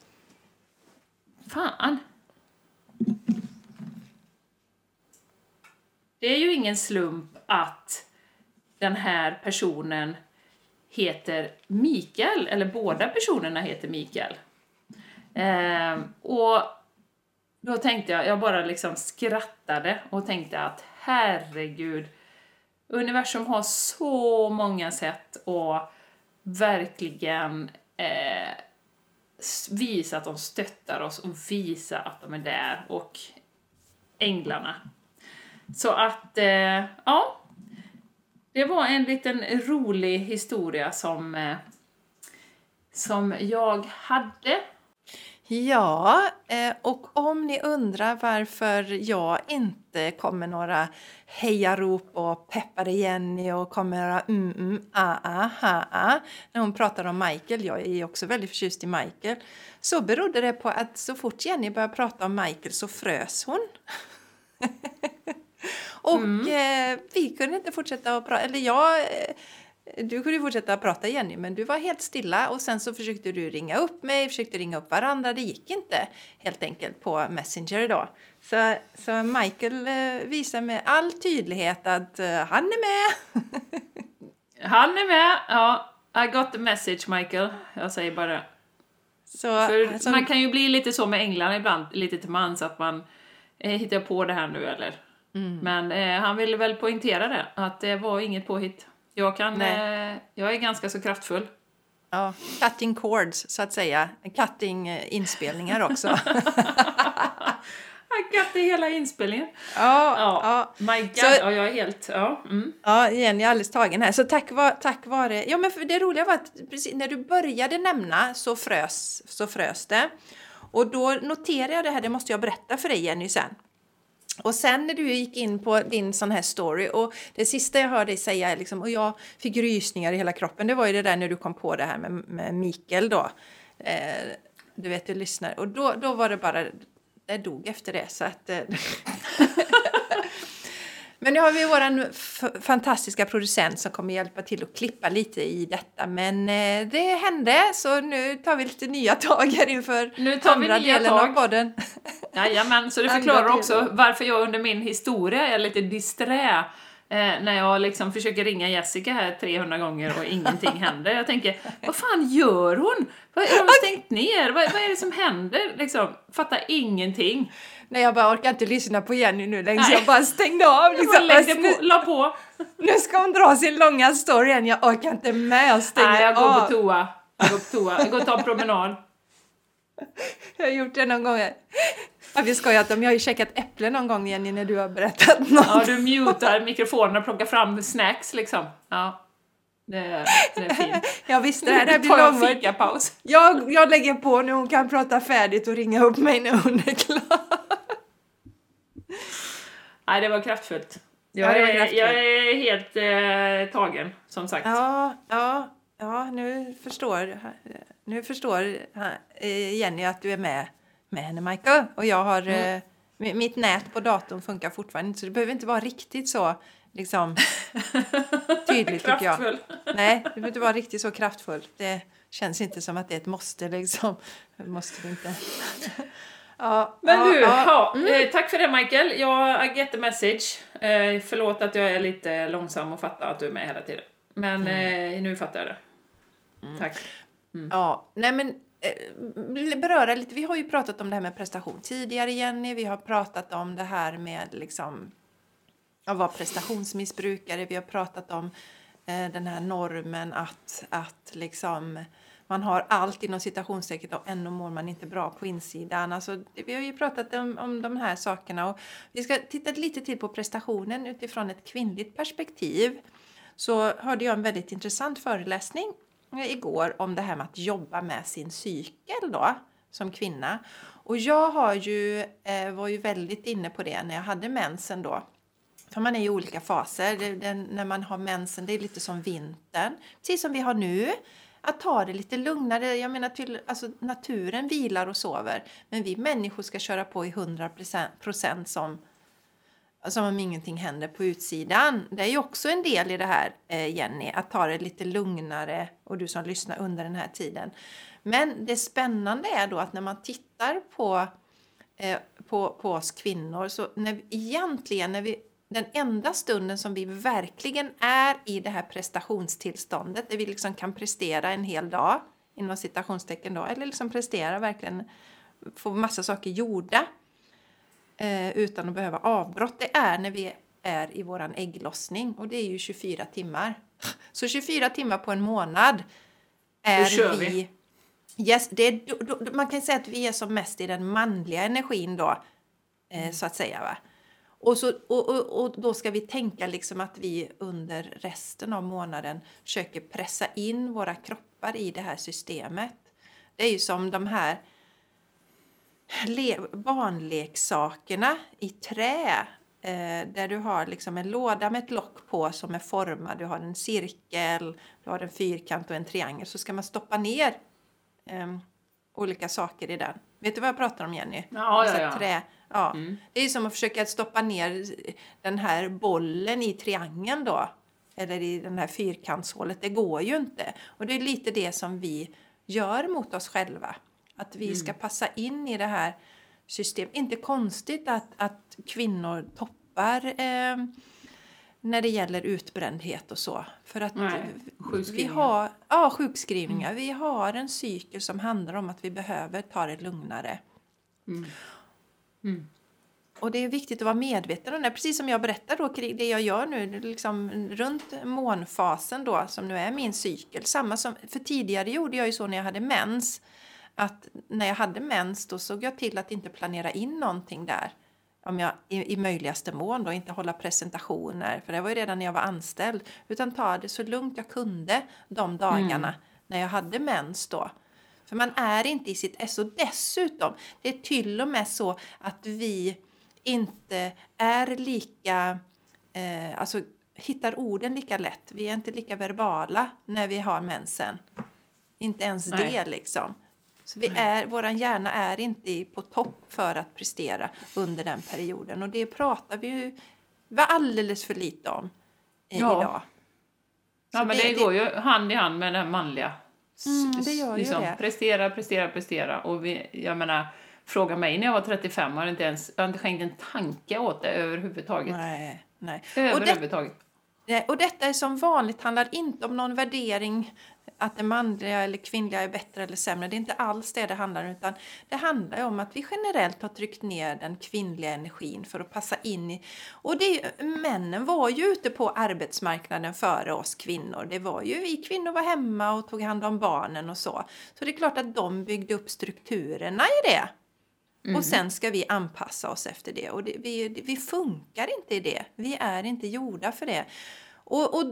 Speaker 2: fan. Det är ju ingen slump att den här personen heter Mikael, eller båda personerna heter Mikael. Eh, och då tänkte jag, jag bara liksom skrattade och tänkte att herregud, universum har så många sätt att verkligen eh, visa att de stöttar oss och visa att de är där, och änglarna. Så att, eh, ja, det var en liten rolig historia som, eh, som jag hade.
Speaker 1: Ja, eh, och om ni undrar varför jag inte kommer några hejarop och peppade Jenny och kommer några mm, mm, ah, ah, ah, ah, när hon pratar om Michael, jag är också väldigt förtjust i Michael, så berodde det på att så fort Jenny började prata om Michael så frös hon. Och mm. eh, vi kunde inte fortsätta att prata, eller jag... Eh, Du kunde fortsätta att prata, Jenny, men du var helt stilla, och sen så försökte du ringa upp mig, försökte ringa upp varandra. Det gick inte helt enkelt på Messenger då. Så, så Michael eh, visar med all tydlighet att eh, han är med.
Speaker 2: Han är med, ja. I got the message, Michael. Jag säger bara. Så, För alltså, man kan ju bli lite så med änglarna ibland, lite till mans, att man eh, hittar på det här nu, eller? Mm. Men eh, han ville väl poängtera det, att det var inget påhitt. Jag kan, eh, jag är ganska så kraftfull.
Speaker 1: Ja, cutting chords så att säga. Cutting eh, inspelningar också.
Speaker 2: Jag cutting hela inspelningen.
Speaker 1: Ja,
Speaker 2: ja.
Speaker 1: ja.
Speaker 2: My God, så, ja, jag är helt, ja. Mm.
Speaker 1: Ja, Jenny är alldeles tagen här. Så tack, var, tack vare, ja men för det roliga var att precis när du började nämna så frös, så frös det. Och då noterade jag det här, det måste jag berätta för dig, Jenny, sen. Och sen när du gick in på din sån här story, och det sista jag hörde dig säga liksom, och jag fick rysningar i hela kroppen, det var ju det där när du kom på det här med, med Mikael då. Eh, du vet, du lyssnar. Och då, då var det bara, det dog efter det. Så att, eh. Men nu har vi våran f- fantastiska producent som kommer hjälpa till att klippa lite i detta. Men eh, det hände, så nu tar vi lite nya tag här inför
Speaker 2: nu tar
Speaker 1: andra
Speaker 2: vi nya
Speaker 1: delen
Speaker 2: tag.
Speaker 1: av podden.
Speaker 2: Jajamän, så det förklarar också varför jag under min historia är lite disträ. Eh, när jag liksom försöker ringa Jessica här trehundra gånger och ingenting händer. Jag tänker, vad fan gör hon? Vad har de stängt ner? Vad, vad är det som händer? Liksom, fattar ingenting.
Speaker 1: Nej, jag bara orkar inte lyssna på Jenny nu längre, så jag bara stängde av. Liksom.
Speaker 2: Jag läggde på, la på.
Speaker 1: Nu ska hon dra sin långa story igen. Jag orkar inte med att stänga av.
Speaker 2: Nej, jag går av. på toa. Jag går på toa. Jag går och tar en promenad.
Speaker 1: Jag har gjort det någon gång. Ja, vi skojat om. Jag har ju checkat äpplen någon gång, Jenny, när du har berättat något.
Speaker 2: Ja, du mutar mikrofonen och plockar fram snacks liksom. Ja, det, det är fint.
Speaker 1: Jag visste det här, det här blir långvarigt.
Speaker 2: Fikapaus.
Speaker 1: Jag, jag lägger på nu, hon kan prata färdigt och ringa upp mig när hon är klar.
Speaker 2: Nej, det var kraftfullt. Jag, ja, det var kraftfullt. Är, jag är helt eh, tagen, som sagt.
Speaker 1: Ja, ja, ja, nu förstår, nu förstår Jenny att du är med, med henne, Michael. Och jag har, mm. eh, mitt nät på datorn funkar fortfarande inte, så det behöver inte vara riktigt så liksom tydligt, tycker jag. Nej, det behöver inte vara riktigt så kraftfullt. Det känns inte som att det är ett måste, liksom. Det måste det inte. Ja,
Speaker 2: men
Speaker 1: ja,
Speaker 2: du,
Speaker 1: ja.
Speaker 2: Ja,
Speaker 1: Mm.
Speaker 2: eh, tack för det, Michael. Jag I get the message. Eh, förlåt att jag är lite långsam och fattar att du är med hela tiden. Men mm. eh, nu fattar jag det. Mm. Tack. Mm.
Speaker 1: Ja, nej men eh, beröra lite. Vi har ju pratat om det här med prestation tidigare, Jenny. Vi har pratat om det här med liksom att vara prestationsmissbrukare. Vi har pratat om eh, den här normen att, att liksom man har allt inom citationstecken och ändå mår man inte bra på insidan. Alltså, vi har ju pratat om, om de här sakerna, och vi ska titta lite till på prestationen utifrån ett kvinnligt perspektiv. så hörde jag en väldigt intressant föreläsning igår om det här med att jobba med sin cykel då, som kvinna. Och jag har ju, eh, var ju väldigt inne på det när jag hade mensen då. För man är i olika faser. Det, det, när man har mensen, det är lite som vintern. Precis som vi har nu. Att ta det lite lugnare. Jag menar, till, alltså, naturen vilar och sover. Men vi människor ska köra på i hundra procent som, som om ingenting händer på utsidan. Det är ju också en del i det här, eh, Jenny. Att ta det lite lugnare. Och du som lyssnar under den här tiden. Men det spännande är då att när man tittar på, eh, på, på oss kvinnor. Så när, egentligen när vi... Den enda stunden som vi verkligen är i det här prestationstillståndet, där vi liksom kan prestera en hel dag, inom citationstecken då, eller liksom prestera verkligen, få massa saker gjorda eh, utan att behöva avbrott, det är när vi är i våran ägglossning, och det är ju tjugofyra timmar. Så tjugofyra timmar på en månad är vi... vi. Yes, det är, då, då, man kan säga att vi är som mest i den manliga energin då, eh, så att säga, va? Och, så, och, och, och då ska vi tänka liksom att vi under resten av månaden försöker pressa in våra kroppar i det här systemet. Det är ju som de här le- barnleksakerna i trä. Eh, där du har liksom en låda med ett lock på som är formad. Du har en cirkel, du har en fyrkant och en triangel. Så ska man stoppa ner eh, olika saker i den. Vet du vad jag pratar om, Jenny?
Speaker 2: Ja, ja, ja.
Speaker 1: Trä. Ja,
Speaker 2: mm.
Speaker 1: Det är som att försöka stoppa ner den här bollen i triangeln då. Eller i den här fyrkantshålet. Det går ju inte. Och det är lite det som vi gör mot oss själva. Att vi mm. ska passa in i det här systemet. Inte konstigt att, att kvinnor toppar eh, när det gäller utbrändhet och så. För att
Speaker 2: Nej,
Speaker 1: vi har ja, sjukskrivningar. Mm. Vi har en cykel som handlar om att vi behöver ta det lugnare.
Speaker 2: Mm. Mm.
Speaker 1: Och det är viktigt att vara medveten om det. Precis som jag berättar då, det jag gör nu liksom runt månfasen då, som nu är min cykel. Samma som, för tidigare gjorde jag ju så när jag hade mens. Att när jag hade mens då såg jag till att inte planera in någonting där. Om jag i, i möjligaste mån då inte hålla presentationer. För det var ju redan när jag var anställd. Utan ta det så lugnt jag kunde de dagarna mm. när jag hade mens då. För man är inte i sitt ess. Och dessutom, det är till och med så att vi inte är lika, eh, alltså hittar orden lika lätt. Vi är inte lika verbala när vi har mensen. Inte ens Nej. det liksom. Så vi är, våran hjärna är inte på topp för att prestera under den perioden. Och det pratar vi ju alldeles för lite om i,
Speaker 2: ja.
Speaker 1: idag.
Speaker 2: Ja, men det, det går ju hand i hand med den manliga.
Speaker 1: Mm, det gör
Speaker 2: liksom,
Speaker 1: ju det.
Speaker 2: Prestera, prestera, prestera. Och vi, jag menar, fråga mig när jag var trettiofem har jag inte ens jag har inte skänkt en tanke åt det överhuvudtaget.
Speaker 1: Nej, nej.
Speaker 2: Överhuvudtaget.
Speaker 1: Och, det, och detta är som vanligt, handlar inte om någon värdering att det manliga eller kvinnliga är bättre eller sämre. Det är inte alls det det handlar om, utan det handlar om att vi generellt har tryckt ner den kvinnliga energin för att passa in i. Och det, männen var ju ute på arbetsmarknaden före oss kvinnor. Det var ju vi kvinnor var hemma och tog hand om barnen och så. Så det är klart att de byggde upp strukturerna i det. Mm. Och sen ska vi anpassa oss efter det. Och det, vi, vi funkar inte i det. Vi är inte gjorda för det. Och... och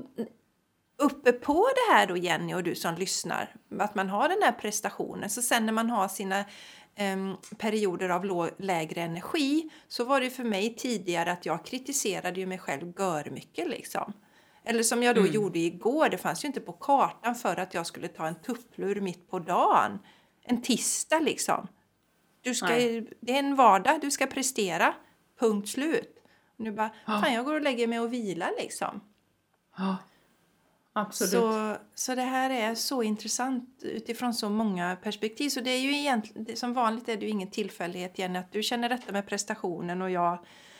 Speaker 1: uppe på det här då, Jenny och du som lyssnar, att man har den här prestationen, så sen när man har sina eh, perioder av lå- lägre energi, så var det för mig tidigare att jag kritiserade ju mig själv gör mycket liksom. Eller som jag då mm. gjorde igår, det fanns ju inte på kartan för att jag skulle ta en tupplur mitt på dagen. En tisdag liksom. Du ska, det är en vardag, du ska prestera, punkt slut. Och nu bara, ja. fan jag går och lägger mig och vilar liksom.
Speaker 2: Ja. Absolut.
Speaker 1: Så, så det här är så intressant utifrån så många perspektiv. Så det är ju egentligen, som vanligt är det ju ingen tillfällighet igen att du känner detta med prestationen och jag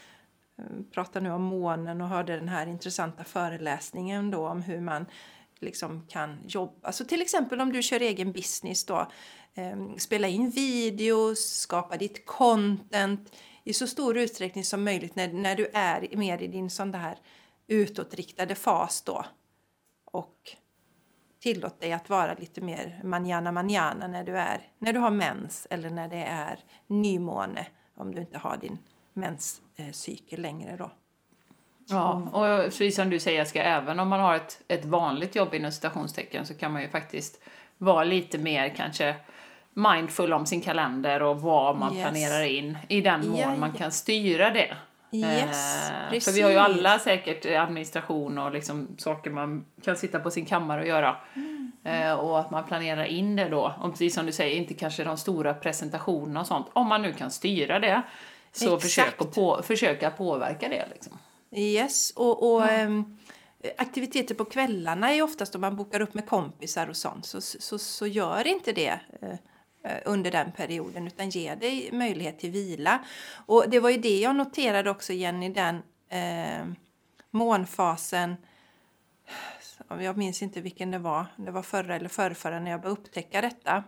Speaker 1: pratar nu om månen och hörde den här intressanta föreläsningen då om hur man liksom kan jobba. Så till exempel om du kör egen business då, eh, spela in videos, skapa ditt content i så stor utsträckning som möjligt när, när du är mer i din sån där utåtriktade fas då. Och tillåt dig att vara lite mer manjana manjana när du är när du har mens eller när det är nymåne, om du inte har din menscykel längre då.
Speaker 2: Ja, och precis som du säger, ska även om man har ett, ett vanligt jobb inom citationstecken så kan man ju faktiskt vara lite mer kanske mindful om sin kalender och vad man
Speaker 1: Yes.
Speaker 2: planerar in i den mån
Speaker 1: Ja,
Speaker 2: man
Speaker 1: ja.
Speaker 2: kan styra det.
Speaker 1: Yes,
Speaker 2: eh,
Speaker 1: precis.
Speaker 2: för vi har ju alla säkert administration och liksom saker man kan sitta på sin kammare och göra.
Speaker 1: Mm.
Speaker 2: Eh, och att man planerar in det då. Och precis som du säger, inte kanske de stora presentationerna och sånt. Om man nu kan styra det, så
Speaker 1: Exakt.
Speaker 2: försök att på, försöka påverka det liksom.
Speaker 1: Yes, och, och
Speaker 2: Ja.
Speaker 1: ehm, aktiviteter på kvällarna är oftast om man bokar upp med kompisar och sånt. Så, så, så gör inte det eh, under den perioden, utan ge dig möjlighet till vila. Och det var ju det jag noterade också igen i den eh, månfasen. Jag minns inte vilken det var. Det var förra eller förrförra när jag började upptäcka detta.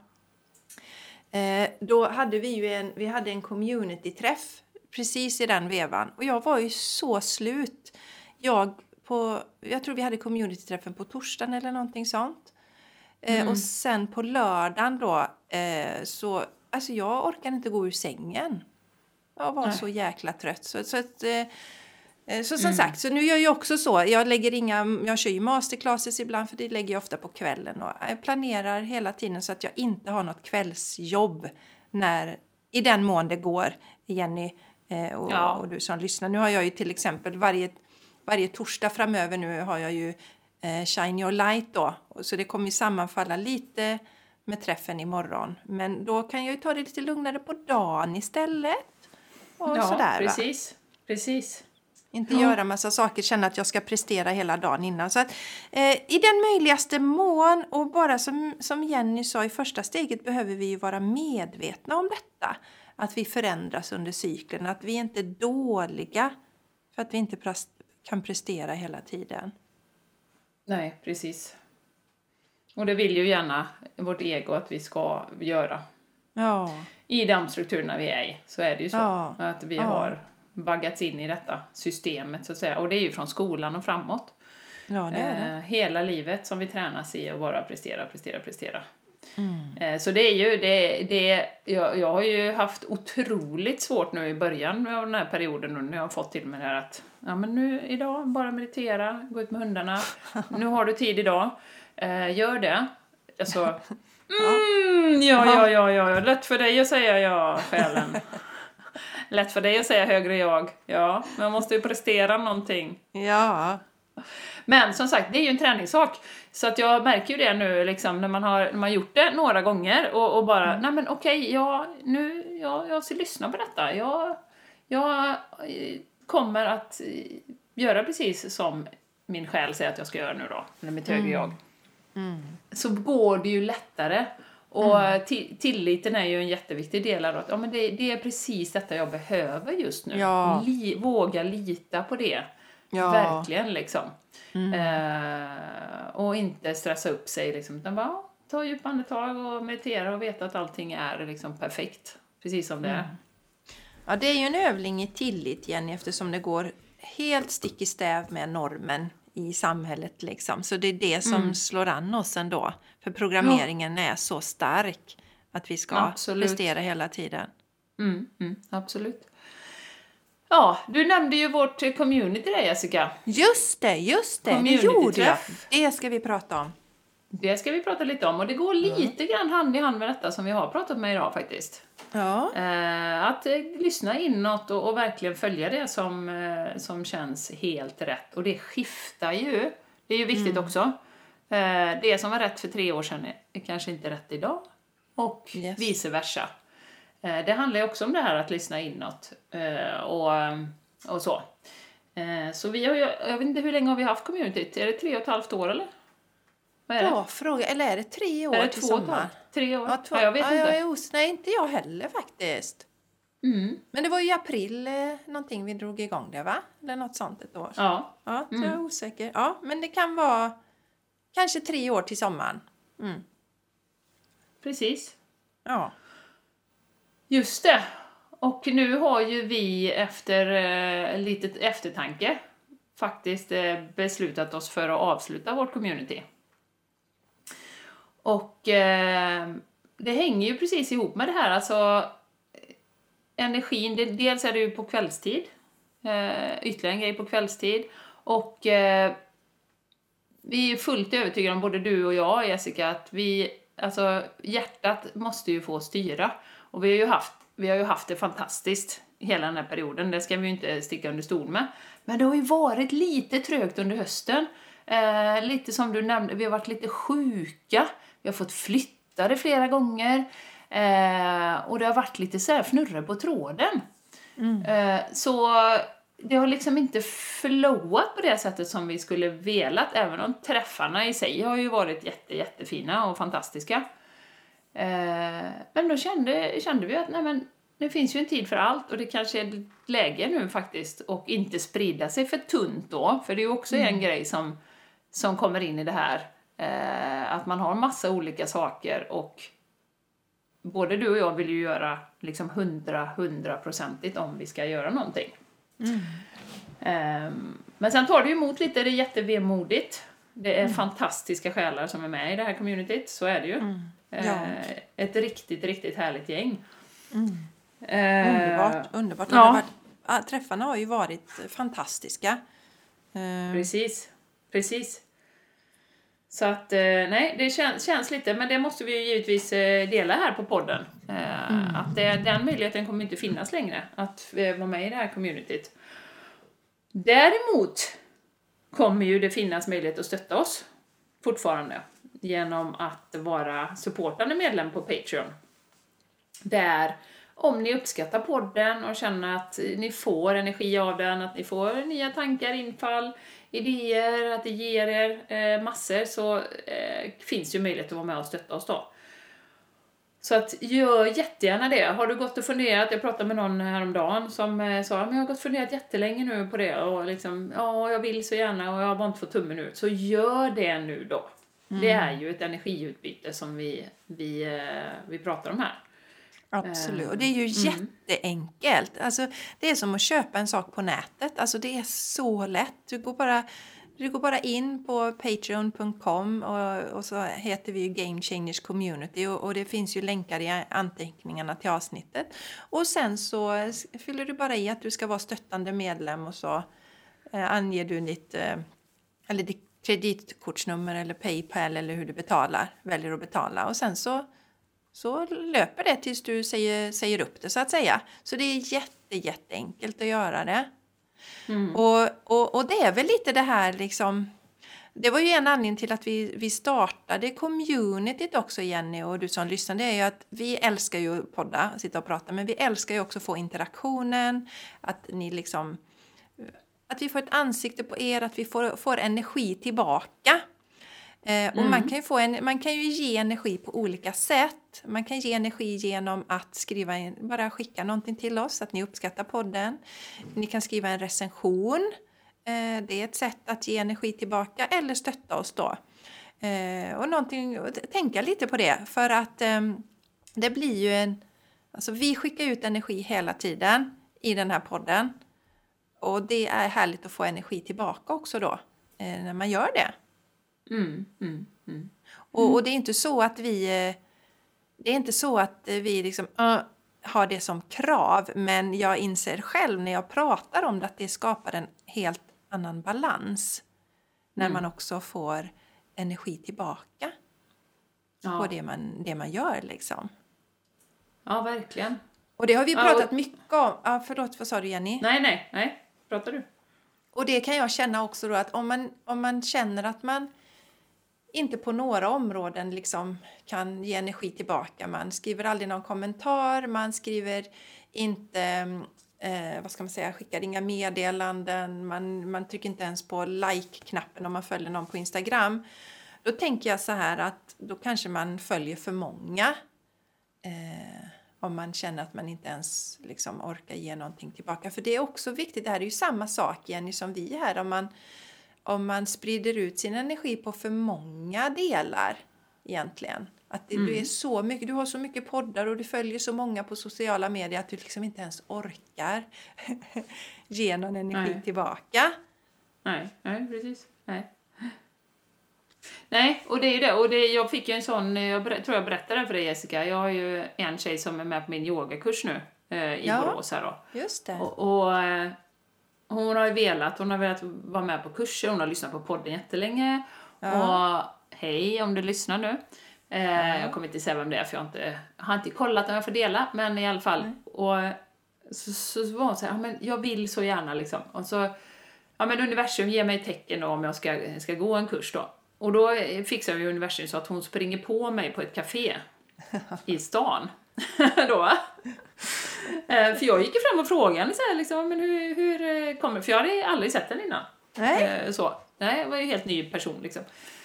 Speaker 1: Eh, då hade vi ju en, vi hade en community-träff precis i den vevan. Och jag var ju så slut. Jag, på, jag tror vi hade community-träffen på torsdagen eller någonting sånt. Eh,
Speaker 2: Mm.
Speaker 1: Och sen på lördagen då, eh, så alltså jag orkade inte gå ur sängen. Jag var
Speaker 2: Nej.
Speaker 1: så jäkla trött. Så, så, att, eh, eh, så som
Speaker 2: Mm.
Speaker 1: sagt, så nu gör jag också så. Jag lägger inga, jag kör ju masterclasses ibland, för det lägger jag ofta på kvällen. Och jag planerar hela tiden så att jag inte har något kvällsjobb när, i den mån det går, Jenny eh, och,
Speaker 2: Ja.
Speaker 1: och du som lyssnar. Nu har jag ju till exempel varje, varje torsdag framöver nu har jag ju eh, Shine Your Light då. Så det kommer ju sammanfalla lite med träffen imorgon. Men då kan jag ju ta det lite lugnare på dagen istället. Och
Speaker 2: Ja,
Speaker 1: sådär, va?
Speaker 2: precis. Precis.
Speaker 1: Inte
Speaker 2: Ja.
Speaker 1: göra massa saker, känna att jag ska prestera hela dagen innan. Så att, eh, i den möjligaste mån, och bara som, som Jenny sa i första steget, behöver vi ju vara medvetna om detta. Att vi förändras under cykeln, att vi inte är dåliga för att vi inte pres- kan prestera hela tiden.
Speaker 2: Nej, precis. Och det vill ju gärna vårt ego att vi ska göra.
Speaker 1: Ja,
Speaker 2: I de strukturerna vi är i, så är det ju så.
Speaker 1: Ja.
Speaker 2: Att vi
Speaker 1: Ja.
Speaker 2: har baggats in i detta systemet, så att säga. Och det är ju från skolan och framåt.
Speaker 1: ja det är det.
Speaker 2: Eh, hela livet som vi tränas i att bara prestera, prestera, prestera.
Speaker 1: Mm.
Speaker 2: Eh, så det är ju, det, det, jag, jag har ju haft otroligt svårt nu i början av den här perioden, och när jag har fått till mig det här att, ja men nu idag, bara meditera, gå ut med hundarna, nu har du tid idag, eh, gör det. Alltså, mm, ja, ja, ja, ja, lätt för dig att säga ja, själen. Lätt för dig att säga högre jag, ja, men man måste ju prestera någonting.
Speaker 1: Ja,
Speaker 2: Men som sagt, det är ju en träningssak. Så att jag märker ju det nu liksom, när man har när man gjort det några gånger och, och bara,
Speaker 1: Mm.
Speaker 2: nej men okej, jag, nu, jag, jag ska lyssna på detta. Jag, jag eh, kommer att eh, göra precis som min själ säger att jag ska göra nu då, eller mitt högre jag.
Speaker 1: mm.
Speaker 2: Så går det ju lättare. Och ti- tilliten är ju en jätteviktig del av att ja, men det, det är precis detta jag behöver just nu.
Speaker 1: Ja.
Speaker 2: Li, våga lita på det.
Speaker 1: Ja.
Speaker 2: Verkligen liksom.
Speaker 1: Mm.
Speaker 2: Eh, och inte stressa upp sig liksom, utan bara ta djupa andetag och meditera och veta att allting är liksom perfekt. Precis som det är.
Speaker 1: Ja, det är ju en övning i tillit, Jenny, eftersom det går helt stick i stäv med normen i samhället liksom. Så det är det som
Speaker 2: Mm.
Speaker 1: slår an oss ändå. För programmeringen är så stark att vi ska
Speaker 2: Absolut.
Speaker 1: prestera hela tiden.
Speaker 2: Mm, mm, absolut. Ja, du nämnde ju vårt community där, Jessica.
Speaker 1: Just det, just det. Det gjorde jag.
Speaker 2: Community-träff.
Speaker 1: Det ska vi prata om.
Speaker 2: Det ska vi prata lite om, och det går lite grann hand i hand med detta som vi har pratat med idag faktiskt.
Speaker 1: Ja.
Speaker 2: Eh, att eh, lyssna inåt och, och verkligen följa det som, eh, som känns helt rätt. Och det skiftar ju. Det är ju viktigt också. Eh, det som var rätt för tre år sedan är, är kanske inte rätt idag. Och
Speaker 1: Yes.
Speaker 2: vice versa. Eh, det handlar ju också om det här att lyssna inåt. Eh, och, och så. Eh, så vi har ju, jag vet inte hur länge har vi haft communityt? Är det tre och ett halvt år eller? Vad är det?
Speaker 1: Bra fråga. Eller är det tre år
Speaker 2: är det
Speaker 1: till
Speaker 2: två och ett
Speaker 1: sommar?
Speaker 2: halvt? Tre år?
Speaker 1: Ja, två.
Speaker 2: Ja, jag vet
Speaker 1: ja,
Speaker 2: inte.
Speaker 1: Jag är os- Nej, inte jag heller faktiskt.
Speaker 2: Mm.
Speaker 1: Men det var ju i april eh, någonting vi drog igång det, va? Eller något sånt ett år.
Speaker 2: Ja.
Speaker 1: Ja, så
Speaker 2: Mm.
Speaker 1: jag är osäker. Ja, men det kan vara kanske tre år till sommaren. Mm.
Speaker 2: Precis.
Speaker 1: Ja.
Speaker 2: Just det. Och nu har ju vi efter eh, lite eftertanke faktiskt eh, beslutat oss för att avsluta vårt community. Och eh, det hänger ju precis ihop med det här. Alltså energin, det, dels är det ju på kvällstid. Eh, ytterligare en grej på kvällstid. Och eh, vi är fullt övertygade om, både du och jag, Jessica, att vi, alltså hjärtat måste ju få styra. Och vi har ju haft, vi har ju haft det fantastiskt hela den här perioden, det ska vi ju inte sticka under stol med. Men det har ju varit lite trögt under hösten. Eh, lite som du nämnde, vi har varit lite sjuka, vi har fått flytta det flera gånger. Eh, och det har varit lite så här fnurre på tråden. Mm. Eh, så det har liksom inte flowat på det sättet som vi skulle velat, även om träffarna i sig har ju varit jätte, jättefina och fantastiska. Eh, men då kände, kände vi att nej, men det finns ju en tid för allt, och det kanske är läge nu faktiskt, och inte sprida sig för tunt då, för det är ju också mm. en grej som, som kommer in i det här, eh, att man har massa olika saker, och både du och jag vill ju göra liksom hundra, hundraprocentigt om vi ska göra någonting. Mm. Um, men sen tar det ju emot lite, det är jättevemodigt. Det är mm. fantastiska själar som är med i det här communityt, så är det ju. Mm. Ja. Uh, ett riktigt, riktigt härligt gäng.
Speaker 1: Mm. Uh, underbart, underbart. Ja. Varit, träffarna har ju varit fantastiska.
Speaker 2: Uh. Precis, precis. Så att, nej, det känns, känns lite, men det måste vi ju givetvis dela här på podden. Mm. Att det, den möjligheten kommer inte finnas längre, att vara med i det här communityt. Däremot kommer ju det finnas möjlighet att stötta oss fortfarande genom att vara supportande medlem på Patreon. Där, om ni uppskattar podden och känner att ni får energi av den, att ni får nya tankar, infall, idéer, att det ger er eh, massor, så eh, finns ju möjlighet att vara med och stötta oss då. Så att gör jättegärna det. Har du gått och funderat, jag pratade med någon häromdagen som eh, sa, men jag har gått och funderat jättelänge nu på det, och liksom, ja, jag vill så gärna och jag har bara inte fått tummen ut. Så gör det nu då. Mm. Det är ju ett energiutbyte som vi, vi, eh, vi pratar om här.
Speaker 1: Absolut, och det är ju mm. jätteenkelt. Alltså, det är som att köpa en sak på nätet. Alltså, det är så lätt. Du går bara, du går bara in på patreon punkt com och, och så heter vi ju Game Changers Community, och, och det finns ju länkar i anteckningarna till avsnittet. Och sen så fyller du bara i att du ska vara stöttande medlem, och så eh, anger du ditt, eh, eller ditt kreditkortsnummer eller PayPal eller hur du betalar, väljer att betala. Och sen så Så löper det tills du säger, säger upp det, så att säga. Så det är jätte, jätteenkelt att göra det. Mm. Och, och, och det är väl lite det här liksom. Det var ju en anledning till att vi, vi startade communityt också, Jenny och du som lyssnar. Det är ju att vi älskar ju podda, sitta och prata. Men vi älskar ju också få interaktionen. Att ni liksom, att vi får ett ansikte på er. Att vi får, får energi tillbaka. Eh, och mm. man kan ju få en, man kan ju ge energi på olika sätt. Man kan ge energi genom att skriva en, bara skicka någonting till oss, att ni uppskattar podden. Ni kan skriva en recension. Eh, det är ett sätt att ge energi tillbaka, eller stötta oss då. Eh, och någonting, tänka lite på det, för att eh, det blir ju en, alltså vi skickar ut energi hela tiden i den här podden. Och det är härligt att få energi tillbaka också då, eh, när man gör det.
Speaker 2: Mm, mm, mm.
Speaker 1: Och, och det är inte så att vi det är inte så att vi liksom uh, har det som krav, men jag inser själv när jag pratar om det att det skapar en helt annan balans när mm. man också får energi tillbaka ja. på det man, det man gör liksom.
Speaker 2: Ja, verkligen.
Speaker 1: Och det har vi pratat ja, och... mycket om. Ja, förlåt, vad sa du, Jenny?
Speaker 2: Nej, nej, nej. Pratar du?
Speaker 1: Och det kan jag känna också då, att om man, om man känner att man inte på några områden liksom kan ge energi tillbaka. Man skriver aldrig någon kommentar. Man skriver inte, eh, vad ska man säga, skickar inga meddelanden. Man, man trycker inte ens på like-knappen om man följer någon på Instagram. Då tänker jag så här att då kanske man följer för många. Eh, om man känner att man inte ens liksom orkar ge någonting tillbaka. För det är också viktigt. Det här är ju samma sak, Jenny, som vi här. Om man... Om man sprider ut sin energi på för många delar egentligen. Att det, mm. du, är så mycket, du har så mycket poddar och du följer så många på sociala medier att du liksom inte ens orkar ge någon energi nej. tillbaka.
Speaker 2: Nej, nej, precis. Nej. Nej, och det är ju det. Och det, jag fick ju en sån, jag ber, tror jag berättade för dig, Jessica. Jag har ju en tjej som är med på min yogakurs nu eh, i ja, Borås här då.
Speaker 1: Just det.
Speaker 2: Och... och hon har ju velat, hon har velat vara med på kurser, hon har lyssnat på podden jättelänge.
Speaker 1: Ja.
Speaker 2: Och hej om du lyssnar nu. Eh, ja. Jag kommer inte säga vem det är för jag har inte, har inte kollat om jag får dela, men i alla fall. Mm. Och så, så var hon så här, ja, men jag vill så gärna liksom. Och så, ja men universum ger mig tecken om jag ska, ska gå en kurs då. Och då fixar vi universum så att hon springer på mig på ett café i stan. då. Eh, för jag gick ju fram och frågade henne så här, liksom, men hur, hur kommer, för jag hade aldrig sett henne innan.
Speaker 1: Nej.
Speaker 2: Eh, så. Nej, jag var ju en helt ny person liksom.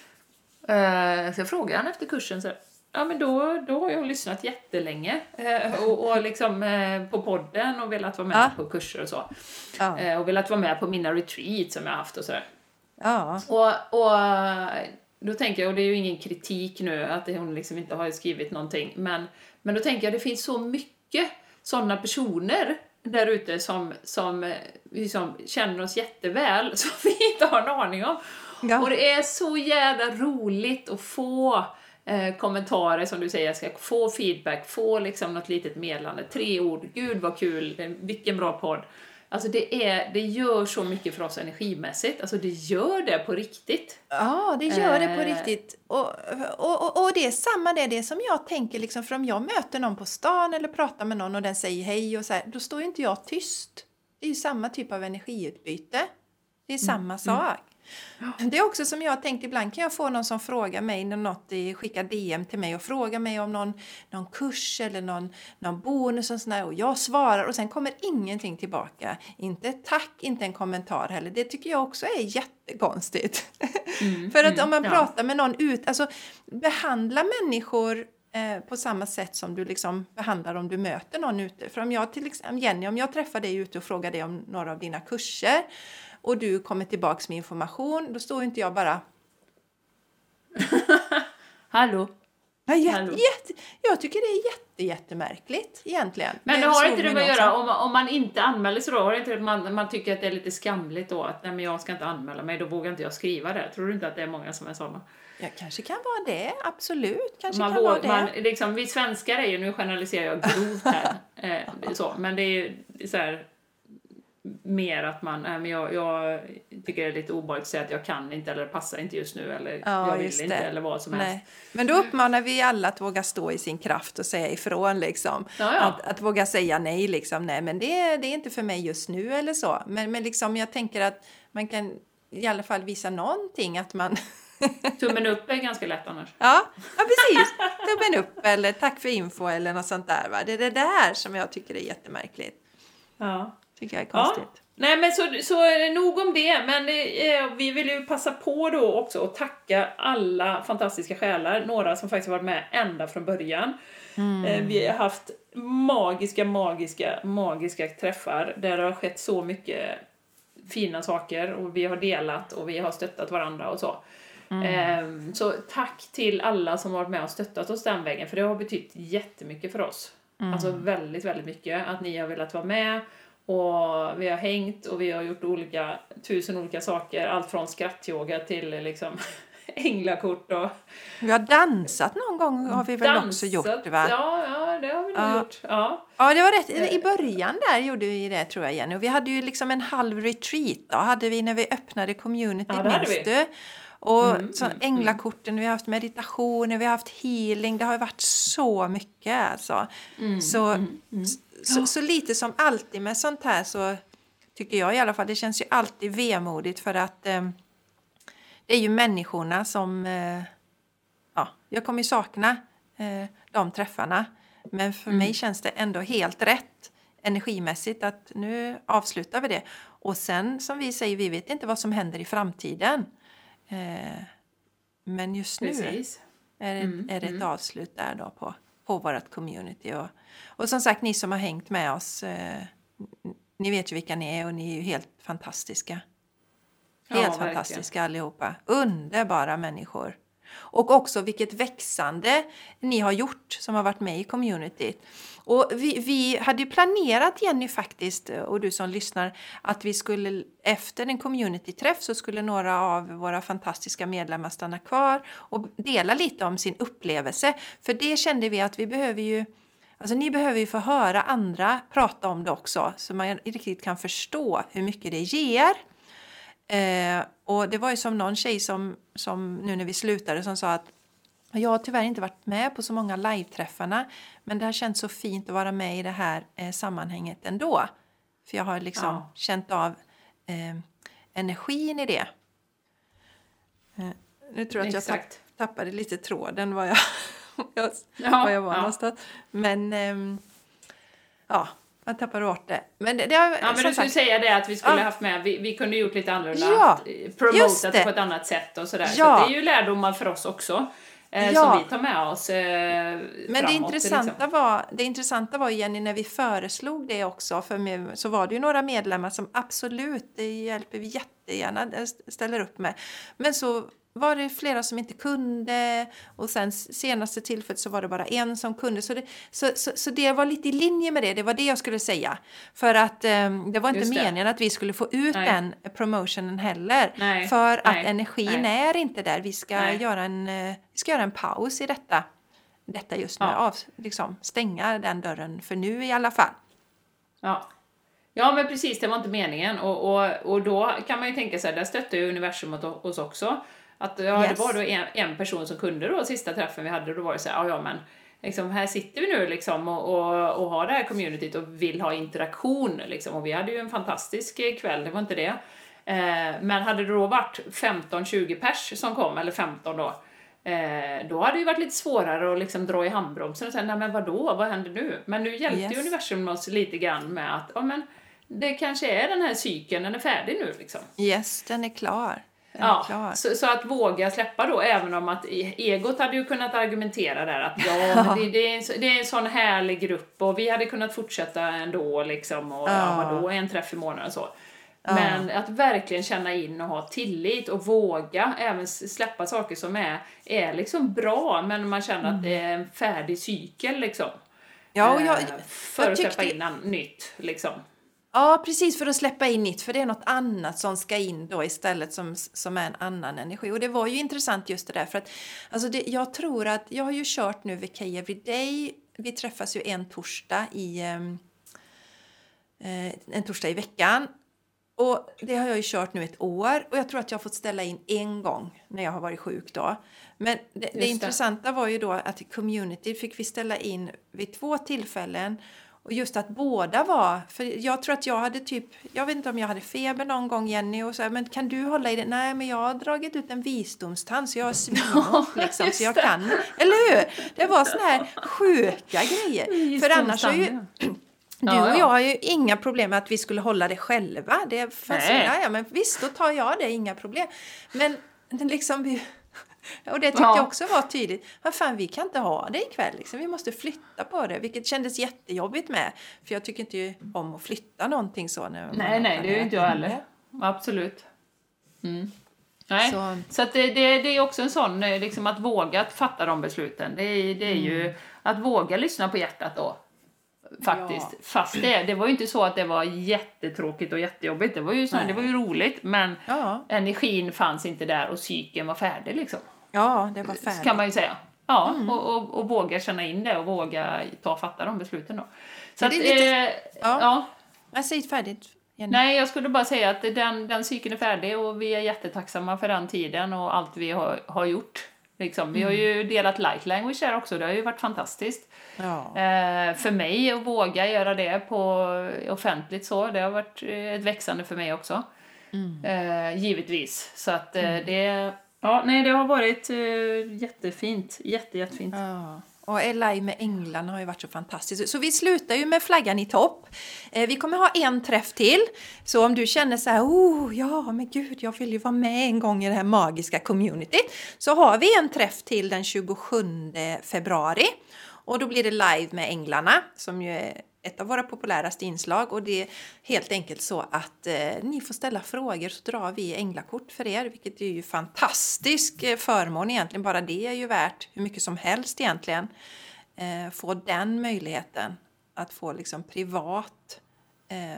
Speaker 2: Eh, så jag frågade henne efter kursen så här, ja men då, då har jag lyssnat jättelänge eh, och, och liksom eh, på podden och velat vara med ja. på kurser och så. Ja. Eh, och velat vara med på mina retreats som jag har haft och sådär.
Speaker 1: Ja.
Speaker 2: Och, och då tänker jag, och det är ju ingen kritik nu att hon liksom inte har skrivit någonting, men, men då tänker jag det finns så mycket sådana personer där ute som, som liksom känner oss jätteväl som vi inte har en aning om. Ja. Och det är så jävla roligt att få eh, kommentarer som du säger, jag ska få feedback, få liksom något litet meddelande, tre ord, gud vad kul, vilken bra podd. Alltså det, är, det gör så mycket för oss energimässigt. Alltså det gör det på riktigt.
Speaker 1: Ja, det gör det på eh. riktigt. Och, och, och, och det är samma det, det som jag tänker. Liksom, för om jag möter någon på stan eller pratar med någon och den säger hej och så här, då står ju inte jag tyst. Det är ju samma typ av energiutbyte. Det är samma mm. sak. Mm. Det är också som jag har tänkt, ibland kan jag få någon som frågar mig något, skickar D M till mig och frågar mig om någon, någon kurs eller någon, någon bonus och sådär, och jag svarar och sen kommer ingenting tillbaka. Inte ett tack, inte en kommentar heller. Det tycker jag också är jättekonstigt. Mm, För att mm, om man ja. pratar med någon ut, alltså behandla människor eh, på samma sätt som du liksom behandlar om du möter någon ute. För om jag till exempel, Jenny, om jag träffar dig ute och frågar dig om några av dina kurser och du kommer tillbaka med information, då står inte jag bara
Speaker 2: Hallå.
Speaker 1: Ja, jätte, jätte, jag tycker det är jätte, jättemärkligt egentligen.
Speaker 2: Men det har inte det att göra om, om man inte anmäler sig då? Har det inte att man, man tycker att det är lite skamligt då? Att nej, men jag ska inte anmäla mig, då vågar inte jag skriva det. Tror du inte att det är många som är sådana?
Speaker 1: Ja, kanske kan vara det. Absolut. Kanske
Speaker 2: man
Speaker 1: kan
Speaker 2: våg,
Speaker 1: vara det.
Speaker 2: Man, liksom, vi svenskar är ju, nu generaliserar jag grovt här. eh, det är så, men det är ju så här... mer att man, äh, men jag, jag tycker det är lite obehagligt att säga att jag kan inte eller passar inte just nu eller ja, jag vill inte eller vad som Nej. helst.
Speaker 1: Men då uppmanar vi alla att våga stå i sin kraft och säga ifrån liksom.
Speaker 2: Ja, ja.
Speaker 1: Att, att våga säga nej liksom. Nej, men det, det är inte för mig just nu eller så. Men, men liksom jag tänker att man kan i alla fall visa någonting att man...
Speaker 2: Tummen upp är ganska lätt annars.
Speaker 1: Ja, ja precis. Tummen upp eller tack för info eller något sånt där. Va? Det är det där som jag tycker är jättemärkligt.
Speaker 2: Ja.
Speaker 1: Tycker jag är konstigt.
Speaker 2: Ja. Nej men så, så nog om det, men eh, vi vill ju passa på då också att tacka alla fantastiska själar, några som faktiskt varit med ända från början. Mm. Eh, vi har haft magiska, magiska, magiska träffar där det har skett så mycket fina saker och vi har delat och vi har stöttat varandra och så. Mm. Eh, så tack till alla som har varit med och stöttat oss den vägen, för det har betytt jättemycket för oss. Mm. Alltså väldigt, väldigt mycket att ni har velat vara med. Och vi har hängt och vi har gjort olika, tusen olika saker. Allt från skrattyoga till liksom änglakort. Och
Speaker 1: vi har dansat någon gång har vi väl dansat, också gjort det va?
Speaker 2: Ja, ja det har vi nog
Speaker 1: ja.
Speaker 2: gjort. Ja.
Speaker 1: ja, det var rätt. I början där gjorde vi det tror jag igen. Och vi hade ju liksom en halv retreat då. Hade vi när vi öppnade community.
Speaker 2: Ja,
Speaker 1: minst du? Och mm, så mm, änglakorten, vi har haft meditationer, vi har haft healing. Det har ju varit så mycket alltså. Mm, så... Mm, mm. Så, så lite som alltid med sånt här så tycker jag i alla fall, det känns ju alltid vemodigt för att eh, det är ju människorna som, eh, ja, jag kommer ju sakna eh, de träffarna. Men för mm. mig känns det ändå helt rätt energimässigt att nu avslutar vi det. Och sen som vi säger, vi vet inte vad som händer i framtiden. Eh, men just nu
Speaker 2: Precis.
Speaker 1: är det,
Speaker 2: mm,
Speaker 1: är det ett
Speaker 2: mm.
Speaker 1: avslut där då på. på vårt community. Och, och som sagt, ni som har hängt med oss, eh, ni vet ju vilka ni är och ni är ju helt fantastiska. Helt
Speaker 2: ja,
Speaker 1: fantastiska allihopa. Underbara människor. Och också vilket växande ni har gjort som har varit med i communityt. Och vi, vi hade ju planerat, Jenny faktiskt, och du som lyssnar, att vi skulle efter en communityträff så skulle några av våra fantastiska medlemmar stanna kvar och dela lite om sin upplevelse. För det kände vi att vi behöver ju, Alltså ni behöver ju få höra andra prata om det också. Så man riktigt kan förstå hur mycket det ger. Eh, och det var ju som någon tjej som, som nu när vi slutade som sa att jag har tyvärr inte varit med på så många live-träffarna. Men det har känts så fint att vara med i det här eh, sammanhanget ändå. För jag har liksom ja. känt av eh, energin i det. Eh, nu tror jag att jag tapp, tappade lite tråden var jag, jag,
Speaker 2: ja,
Speaker 1: var jag var ja. någonstans. Men eh, ja, man tappar åt det. Men det, det har,
Speaker 2: ja, men du skulle
Speaker 1: sagt,
Speaker 2: säga det att vi skulle
Speaker 1: ja.
Speaker 2: haft med, vi, vi kunde gjort lite annorlunda.
Speaker 1: Ja,
Speaker 2: promotat det på ett annat sätt och sådär.
Speaker 1: Ja.
Speaker 2: Så det är ju lärdomar för oss också. Eh,
Speaker 1: ja.
Speaker 2: Som vi tar med oss eh,
Speaker 1: Men
Speaker 2: framåt,
Speaker 1: det intressanta,
Speaker 2: liksom.
Speaker 1: var, det intressanta var Jenny när vi föreslog det också. För mig, så var det ju några medlemmar som absolut, det hjälper vi jättegärna, ställer upp med. Men så var det flera som inte kunde och sen senaste tillfället så var det bara en som kunde. Så det, så, så, så det var lite i linje med det, det var det jag skulle säga. För att eh, det var inte
Speaker 2: Just
Speaker 1: meningen
Speaker 2: det.
Speaker 1: att vi skulle få ut
Speaker 2: Nej.
Speaker 1: den promotionen heller.
Speaker 2: Nej.
Speaker 1: För
Speaker 2: Nej.
Speaker 1: att energin
Speaker 2: Nej.
Speaker 1: är inte där. Vi ska,
Speaker 2: Nej.
Speaker 1: göra en, vi ska göra en paus i detta. Detta just nu,
Speaker 2: Ja.
Speaker 1: av, liksom, stänga den dörren för nu i alla fall.
Speaker 2: Ja. Ja, men precis, det var inte meningen. Och, och, och då kan man ju tänka sig, där stötte ju universum åt oss också. Att ja,
Speaker 1: Yes.
Speaker 2: det var då en, en person som kunde då, sista träffen vi hade, då var det så här, ja, ja men liksom, här sitter vi nu liksom och, och, och har det här communityt och vill ha interaktion liksom. Och vi hade ju en fantastisk kväll, det var inte det. Eh, men hade det då varit femton tjugo pers som kom, eller femton då, Eh, då hade det ju varit lite svårare att liksom dra i handbromsen och säga, nej men vadå, vad händer nu? Men nu hjälpte
Speaker 1: Yes.
Speaker 2: ju universum oss lite grann med att, ja men det kanske är den här cykeln, den är färdig nu liksom.
Speaker 1: Yes, den är klar. Den
Speaker 2: Ja,
Speaker 1: är klar.
Speaker 2: så, så att våga släppa då, även om att egot hade ju kunnat argumentera där att ja, men det, det, är en, det är en sån härlig grupp och vi hade kunnat fortsätta ändå liksom och ja,
Speaker 1: Ja.
Speaker 2: vadå, en träff i månaden och så.
Speaker 1: Ja.
Speaker 2: Men att verkligen känna in och ha tillit och våga även släppa saker som är, är liksom bra, men man känner
Speaker 1: Mm.
Speaker 2: att det är en färdig cykel liksom.
Speaker 1: Ja, och jag,
Speaker 2: Eh, för
Speaker 1: jag
Speaker 2: att släppa
Speaker 1: tyckte-
Speaker 2: in an, nytt liksom.
Speaker 1: ja, precis, för att släppa in nytt. För det är något annat som ska in då istället som, som är en annan energi. Och det var ju intressant just det där. För att, alltså det, jag tror att jag har ju kört nu V K Everyday. Vi träffas ju en torsdag i, um, eh, en torsdag i veckan. Och det har jag ju kört nu ett år. Och jag tror att jag har fått ställa in en gång när jag har varit sjuk då. Men det, det,
Speaker 2: det.
Speaker 1: intressanta var ju då att i community fick vi ställa in vid två tillfällen. Och just att båda var, för jag tror att jag hade typ, jag vet inte om jag hade feber någon gång Jenny och så här, men kan du hålla i det? Nej, men jag har dragit ut en visdomstand så jag har svinat liksom, så jag kan, eller hur? Det var såna här sjuka grejer. För annars är ju, du
Speaker 2: Ja,
Speaker 1: och
Speaker 2: ja.
Speaker 1: jag har ju inga problem med att vi skulle hålla det själva. Det fanns
Speaker 2: Nej.
Speaker 1: ja, ja, men visst, då tar jag det, inga problem. Men det liksom vi... Och det tyckte
Speaker 2: Ja.
Speaker 1: jag också var tydligt. Vad fan, vi kan inte ha det ikväll. Liksom. Vi måste flytta på det. Vilket kändes jättejobbigt med. För jag tycker inte om att flytta någonting så. När man
Speaker 2: Nej, nej, det är ju inte jag heller. Absolut. Mm. Nej, så, så att det, det, det är också en sån, liksom att våga att fatta de besluten. Det är, det är mm. ju att våga lyssna på hjärtat då. Faktiskt. Ja. Fast det, det var ju inte så att det var jättetråkigt och jättejobbigt. Det var ju, så, det var ju roligt. Men ja. energin fanns inte där och psyken var färdig liksom.
Speaker 1: Ja, det var färdigt.
Speaker 2: Kan man ju säga. Ja, mm. och, och, och våga känna in det och våga ta och fatta de besluten då. Så att,
Speaker 1: det är lite,
Speaker 2: eh,
Speaker 1: ja.
Speaker 2: ja.
Speaker 1: Jag säger färdigt. Jenny.
Speaker 2: Nej, jag skulle bara säga att den, den cykeln är färdig och vi är jättetacksamma för den tiden och allt vi har, har gjort. Liksom. Vi mm. har ju delat light language här också, det har ju varit fantastiskt.
Speaker 1: Ja.
Speaker 2: Eh, för mig att våga göra det på offentligt så, det har varit ett växande för mig också. Mm. Eh, givetvis. Så att eh, mm. det, ja, nej, det har varit eh, jättefint, jätte, jättefint.
Speaker 1: Ja. Och live med änglarna har ju varit så fantastiskt. Så vi slutar ju med flaggan i topp. Eh, vi kommer ha en träff till. Så om du känner så här, oh ja men gud, jag vill ju vara med en gång i det här magiska communityt. Så har vi en träff till den tjugosjunde februari. Och då blir det live med änglarna som ju är ett av våra populäraste inslag. Och det är helt enkelt så att eh, ni får ställa frågor så drar vi änglakort för er. Vilket är ju fantastisk eh, förmån egentligen. Bara det är ju värt hur mycket som helst egentligen. Eh, få den möjligheten att få liksom privat eh,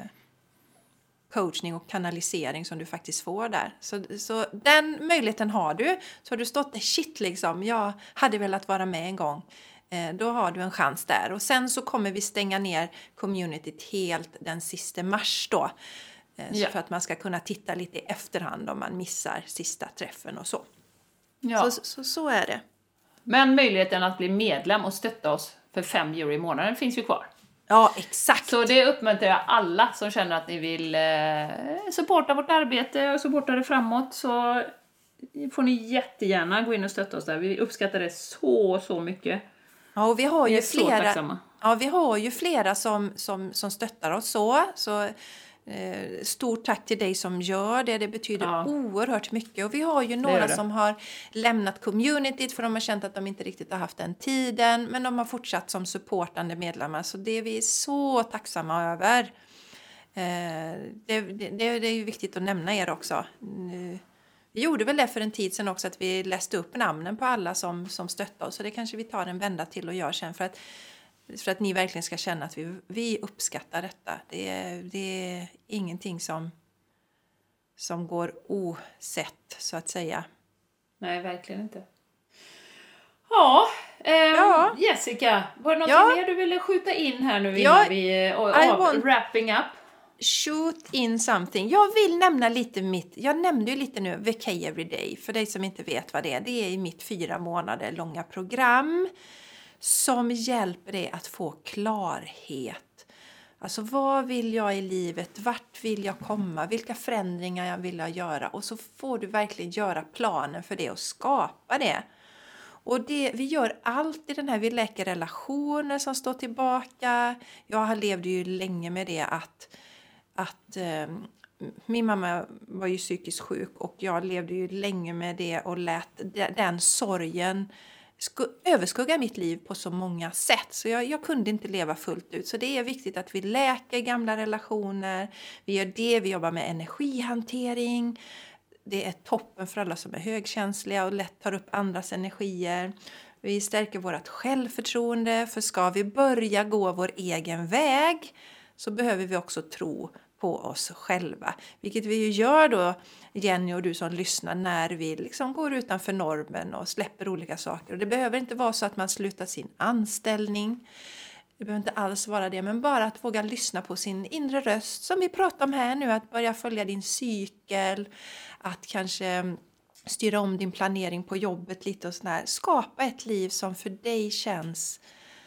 Speaker 1: coachning och kanalisering som du faktiskt får där. Så, så den möjligheten har du. Så har du stått där, shit liksom, jag hade velat vara med en gång. Då har du en chans där. Och sen så kommer vi stänga ner communityt helt den sista mars då. Ja. Så för att man ska kunna titta lite i efterhand om man missar sista träffen och så. Ja. Så, så, så är det.
Speaker 2: Men möjligheten att bli medlem och stötta oss för fem euro i månaden finns ju kvar.
Speaker 1: Ja, exakt.
Speaker 2: Så det uppmuntrar jag alla som känner att ni vill eh, supporta vårt arbete och supporta det framåt. Så får ni jättegärna gå in och stötta oss där. Vi uppskattar det så, så mycket.
Speaker 1: Ja, och vi har ju flera, ja, vi har ju flera som, som, som stöttar oss så. Så eh, stort tack till dig som gör det. Det betyder ja. oerhört mycket. Och vi har ju några som har lämnat communityt för de har känt att de inte riktigt har haft den tiden. Men de har fortsatt som supportande medlemmar. Så det är vi så tacksamma över. Eh, det, det, det är ju viktigt att nämna er också. Nu, vi gjorde väl det för en tid sedan också att vi läste upp namnen på alla som, som stöttar oss. Så det kanske vi tar en vända till och gör sen för att, för att ni verkligen ska känna att vi, vi uppskattar detta. Det är, det är ingenting som, som går osett så att säga.
Speaker 2: Nej, verkligen inte. Ja, eh, ja. Jessica, var det något ja. mer du ville skjuta in här nu innan ja, vi och, och, want... wrapping up?
Speaker 1: Shoot in something. Jag vill nämna lite mitt, jag nämnde ju lite nu V K Everyday. För dig som inte vet vad det är. Det är mitt fyra månader långa program. Som hjälper dig att få klarhet. Alltså vad vill jag i livet? Vart vill jag komma? Vilka förändringar jag vill jag göra? Och så får du verkligen göra planen för det och skapa det. Och det, vi gör allt i den här, vi läker relationer som står tillbaka. Jag levde ju länge med det att att eh, min mamma var ju psykiskt sjuk och jag levde ju länge med det och lät de, den sorgen sku, överskugga mitt liv på så många sätt. Så jag, jag kunde inte leva fullt ut. Så det är viktigt att vi läker gamla relationer. Vi gör det, vi jobbar med energihantering. Det är toppen för alla som är högkänsliga och lätt tar upp andras energier. Vi stärker vårt självförtroende, för ska vi börja gå vår egen väg så behöver vi också tro på oss själva. Vilket vi ju gör då, Jenny och du som lyssnar, när vi liksom går utanför normen och släpper olika saker. Och det behöver inte vara så att man slutar sin anställning. Det behöver inte alls vara det, men bara att våga lyssna på sin inre röst. Som vi pratar om här nu, att börja följa din cykel. Att kanske styra om din planering på jobbet lite och sådär. Skapa ett liv som för dig känns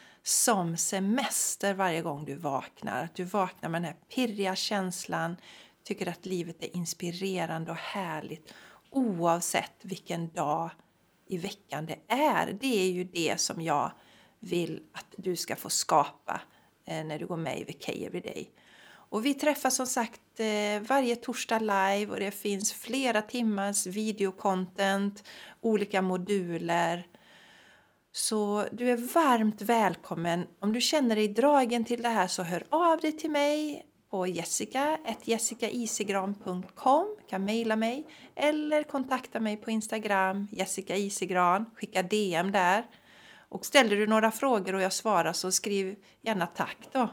Speaker 1: som semester varje gång du vaknar. Att du vaknar med den här pirriga känslan. Tycker att livet är inspirerande och härligt. Oavsett vilken dag i veckan det är. Det är ju det som jag vill att du ska få skapa eh, när du går med i V K Everyday. Och vi träffas som sagt eh, varje torsdag live och det finns flera timmars videocontent, olika moduler. Så du är varmt välkommen. Om du känner dig dragen till det här så hör av dig till mig på jessica at jessica isigran punkt com. Kan mejla mig eller kontakta mig på Instagram, Jessica Isigran. Skicka D M där. Och ställer du några frågor och jag svarar så skriv gärna tack då.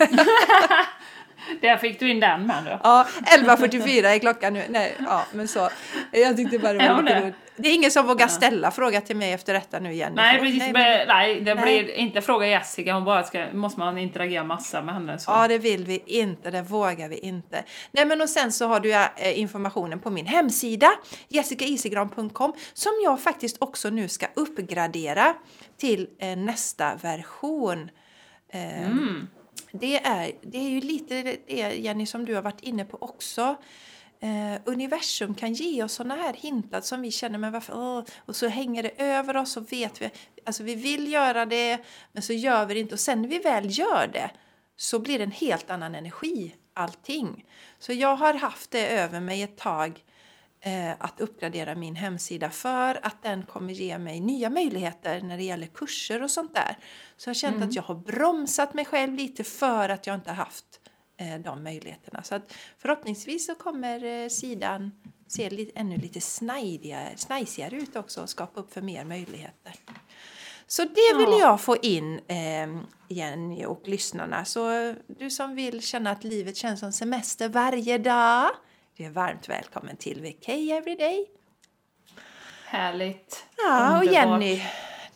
Speaker 2: Där fick du in den med då.
Speaker 1: Ja, elva fyrtiofyra är klockan nu. Nej, ja, men så. Jag tyckte bara det var lite roligt. Det är ingen som vågar ställa fråga till mig efter detta nu, Jenny.
Speaker 2: Nej, precis, nej, men, nej det nej. blir inte fråga Jessica. Hon bara ska, måste man interagera massa med henne. Så.
Speaker 1: Ja, det vill vi inte. Det vågar vi inte. Nej, men och sen så har du äh, informationen på min hemsida, jessica isigran punkt com, som jag faktiskt också nu ska uppgradera till äh, nästa version. Äh, mm. Det är, det är ju lite det, Jenny, som du har varit inne på också. Eh, universum kan ge oss sådana här hintar som vi känner, men varför? Åh, och så hänger det över oss och vet vi. Alltså vi vill göra det, men så gör vi det inte. Och sen när vi väl gör det så blir det en helt annan energi, allting. Så jag har haft det över mig ett tag. Att uppgradera min hemsida för att den kommer ge mig nya möjligheter när det gäller kurser och sånt där. Så jag har känt mm. att jag har bromsat mig själv lite för att jag inte haft eh, de möjligheterna. Så att förhoppningsvis så kommer eh, sidan se lite, ännu lite snajdigare, snajsigare ut också och skapa upp för mer möjligheter. Så det vill ja. jag få in eh, Jenny och lyssnarna. Så du som vill känna att livet känns som semester varje dag. Du är varmt välkommen till V K Everyday.
Speaker 2: Härligt.
Speaker 1: Ja, och Jenny,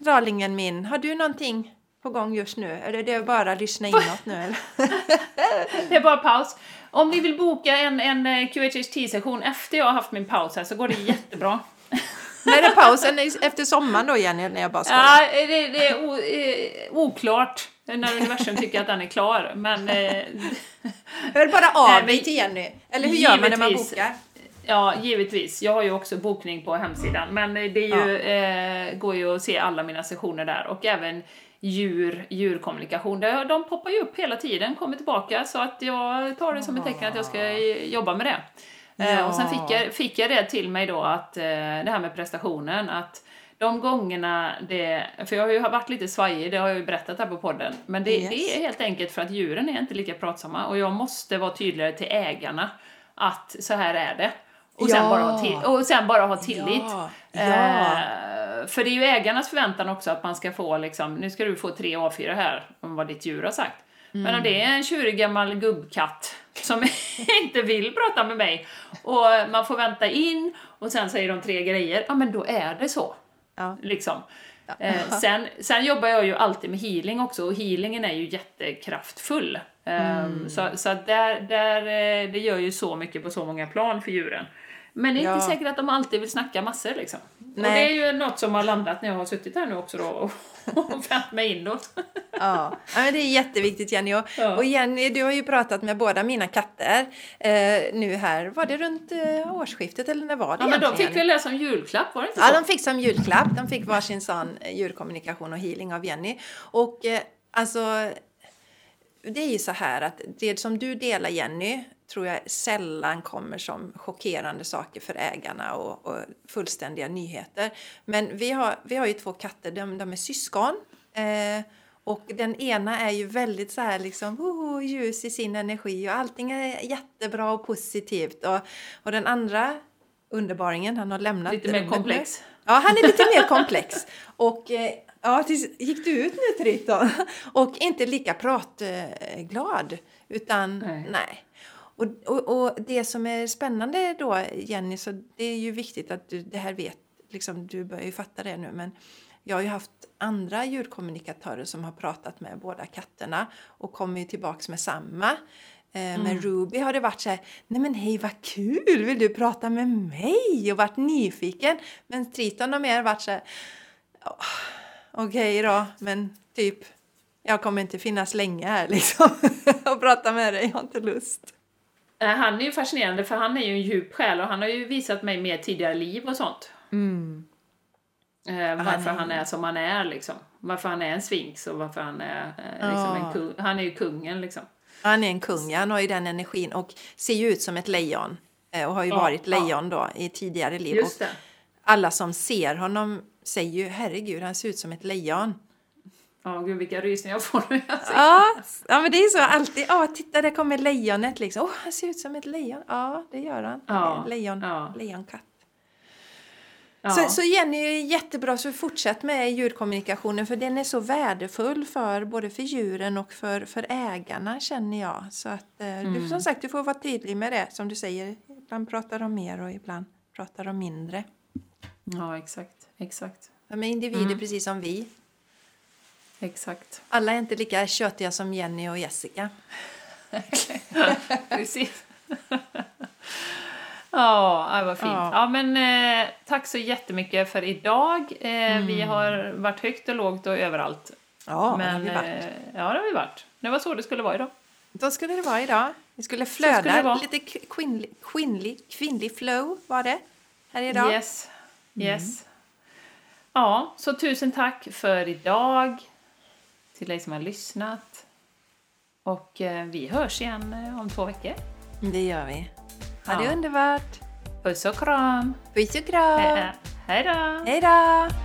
Speaker 1: darlingen min, har du någonting på gång just nu? Eller är det bara lyssna inåt nu? Eller?
Speaker 2: Det är bara paus. Om ni vill boka en, en Q H H T-session efter jag har haft min paus här så går det jättebra.
Speaker 1: När är det pausen efter sommaren då, Jenny, när jag bara skojar?
Speaker 2: Ja, det, det är o, eh, oklart när universum tycker att den är klar. Men... Eh,
Speaker 1: hör bara av dig till Jenny. Eller hur gör man när man bokar?
Speaker 2: Ja, givetvis. Jag har ju också bokning på hemsidan. Men det är ju, ja. eh, går ju att se alla mina sessioner där. Och även djur, djurkommunikation. De poppar ju upp hela tiden, kommer tillbaka. Så att jag tar det som ett tecken att jag ska jobba med det. Ja. Eh, och sen fick jag, fick jag det till mig då att eh, det här med prestationen. Att de gångerna det... För jag har ju varit lite svajig, det har jag ju berättat här på podden. Men det, yes. det är helt enkelt för att djuren är inte lika pratsamma. Och jag måste vara tydligare till ägarna att så här är det. Och, ja. sen, bara ha till, och sen bara ha tillit. Ja. Ja. Eh, för det är ju ägarnas förväntan också att man ska få liksom, nu ska du få tre A fyra här om vad ditt djur har sagt. Mm. Men om det är en tjurig gammal gubbkatt som inte vill prata med mig och man får vänta in och sen säger de tre grejer, ja men då är det så. Ja. Liksom. Ja. Eh, sen, sen jobbar jag ju alltid med healing också och healingen är ju jättekraftfull. Mm. Um, så så där, där, det gör ju så mycket på så många plan för djuren. Men det är ja. inte säkert att de alltid vill snacka massor liksom. Nej. Och det är ju något som har landat när jag har suttit här nu också då och, och vänt mig inåt.
Speaker 1: Ja, men det är jätteviktigt Jenny. Och, ja. och Jenny, du har ju pratat med båda mina katter eh, nu här. Var det runt eh, årsskiftet eller när var det?
Speaker 2: Ja, men de fick väl det som julklapp, var det inte
Speaker 1: så?
Speaker 2: Ja,
Speaker 1: de fick som julklapp. De fick varsin sån djurkommunikation och healing av Jenny. Och eh, alltså... Det är ju så här att det som du delar, Jenny, tror jag sällan kommer som chockerande saker för ägarna och, och fullständiga nyheter. Men vi har, vi har ju två katter, de, de är syskon. Eh, och den ena är ju väldigt så här liksom oh, ljus i sin energi och allting är jättebra och positivt. Och, och den andra underbaringen, han har lämnat...
Speaker 2: Lite mer komplex.
Speaker 1: Ja, han är lite mer komplex. Och... Eh, Ja, gick du ut nu Triton? Och inte lika pratglad, utan nej. nej. Och, och, och det som är spännande då, Jenny, så det är ju viktigt att du, det här vet, liksom, du börjar ju fatta det nu, men jag har ju haft andra djurkommunikatörer som har pratat med båda katterna och kommer ju tillbaka med samma. Mm. Med Ruby har det varit så här, nej men hej vad kul, vill du prata med mig? Och varit nyfiken. Men Triton har mer varit så här, oh, okej då, men typ, jag kommer inte finnas länge här liksom och prata med dig, jag har inte lust.
Speaker 2: Han är ju fascinerande för han är ju en djup själ och han har ju visat mig mer tidigare liv och sånt. Mm. Eh, varför han är... han är som han är liksom. Varför han är en sfinx och varför han är eh, liksom ja. en kung. Han är ju kungen liksom.
Speaker 1: Han är en kung, han har ju den energin och ser ju ut som ett lejon. Eh, och har ju ja, varit lejon ja. då i tidigare liv.
Speaker 2: Just det.
Speaker 1: Och alla som ser honom säger ju, herregud, han ser ut som ett lejon.
Speaker 2: Ja, gud vilka rysningar jag får nu.
Speaker 1: Ja, ja, men det är så alltid. Ja, titta, där kommer lejonet liksom. Åh, han ser ut som ett lejon. Ja, det gör han.
Speaker 2: Ja,
Speaker 1: lejon,
Speaker 2: ja.
Speaker 1: lejonkatt.
Speaker 2: Ja.
Speaker 1: Så, så Jenny är jättebra, så fortsätt med djurkommunikationen, för den är så värdefull för både för djuren och för, för ägarna, känner jag. Så att eh, mm. du, som sagt, du får vara tydlig med det. Som du säger, ibland pratar de mer och ibland pratar de mindre.
Speaker 2: Ja, exakt. exakt.
Speaker 1: De är individer
Speaker 2: mm.
Speaker 1: precis som vi.
Speaker 2: Exakt.
Speaker 1: Alla är inte lika köttiga som Jenny och Jessica.
Speaker 2: Precis. Ja, det var fint. Ja, ja men eh, tack så jättemycket för idag. Eh, mm. Vi har varit högt och lågt och överallt.
Speaker 1: Ja,
Speaker 2: men,
Speaker 1: det har vi varit.
Speaker 2: Eh, ja, det har vi varit. Det var så det skulle vara idag.
Speaker 1: Då skulle det vara idag. Vi skulle flöda.
Speaker 2: Skulle det
Speaker 1: lite kvinnlig, kvinnlig, kvinnlig flow var det här idag.
Speaker 2: Yes, yes. Mm. Ja, så tusen tack för idag. Till dig som har lyssnat. Och eh, vi hörs igen eh, om två veckor.
Speaker 1: Det gör vi. Ha det ja. underbart.
Speaker 2: Puss och kram.
Speaker 1: Puss och kram.
Speaker 2: He- hej då.
Speaker 1: Hej då.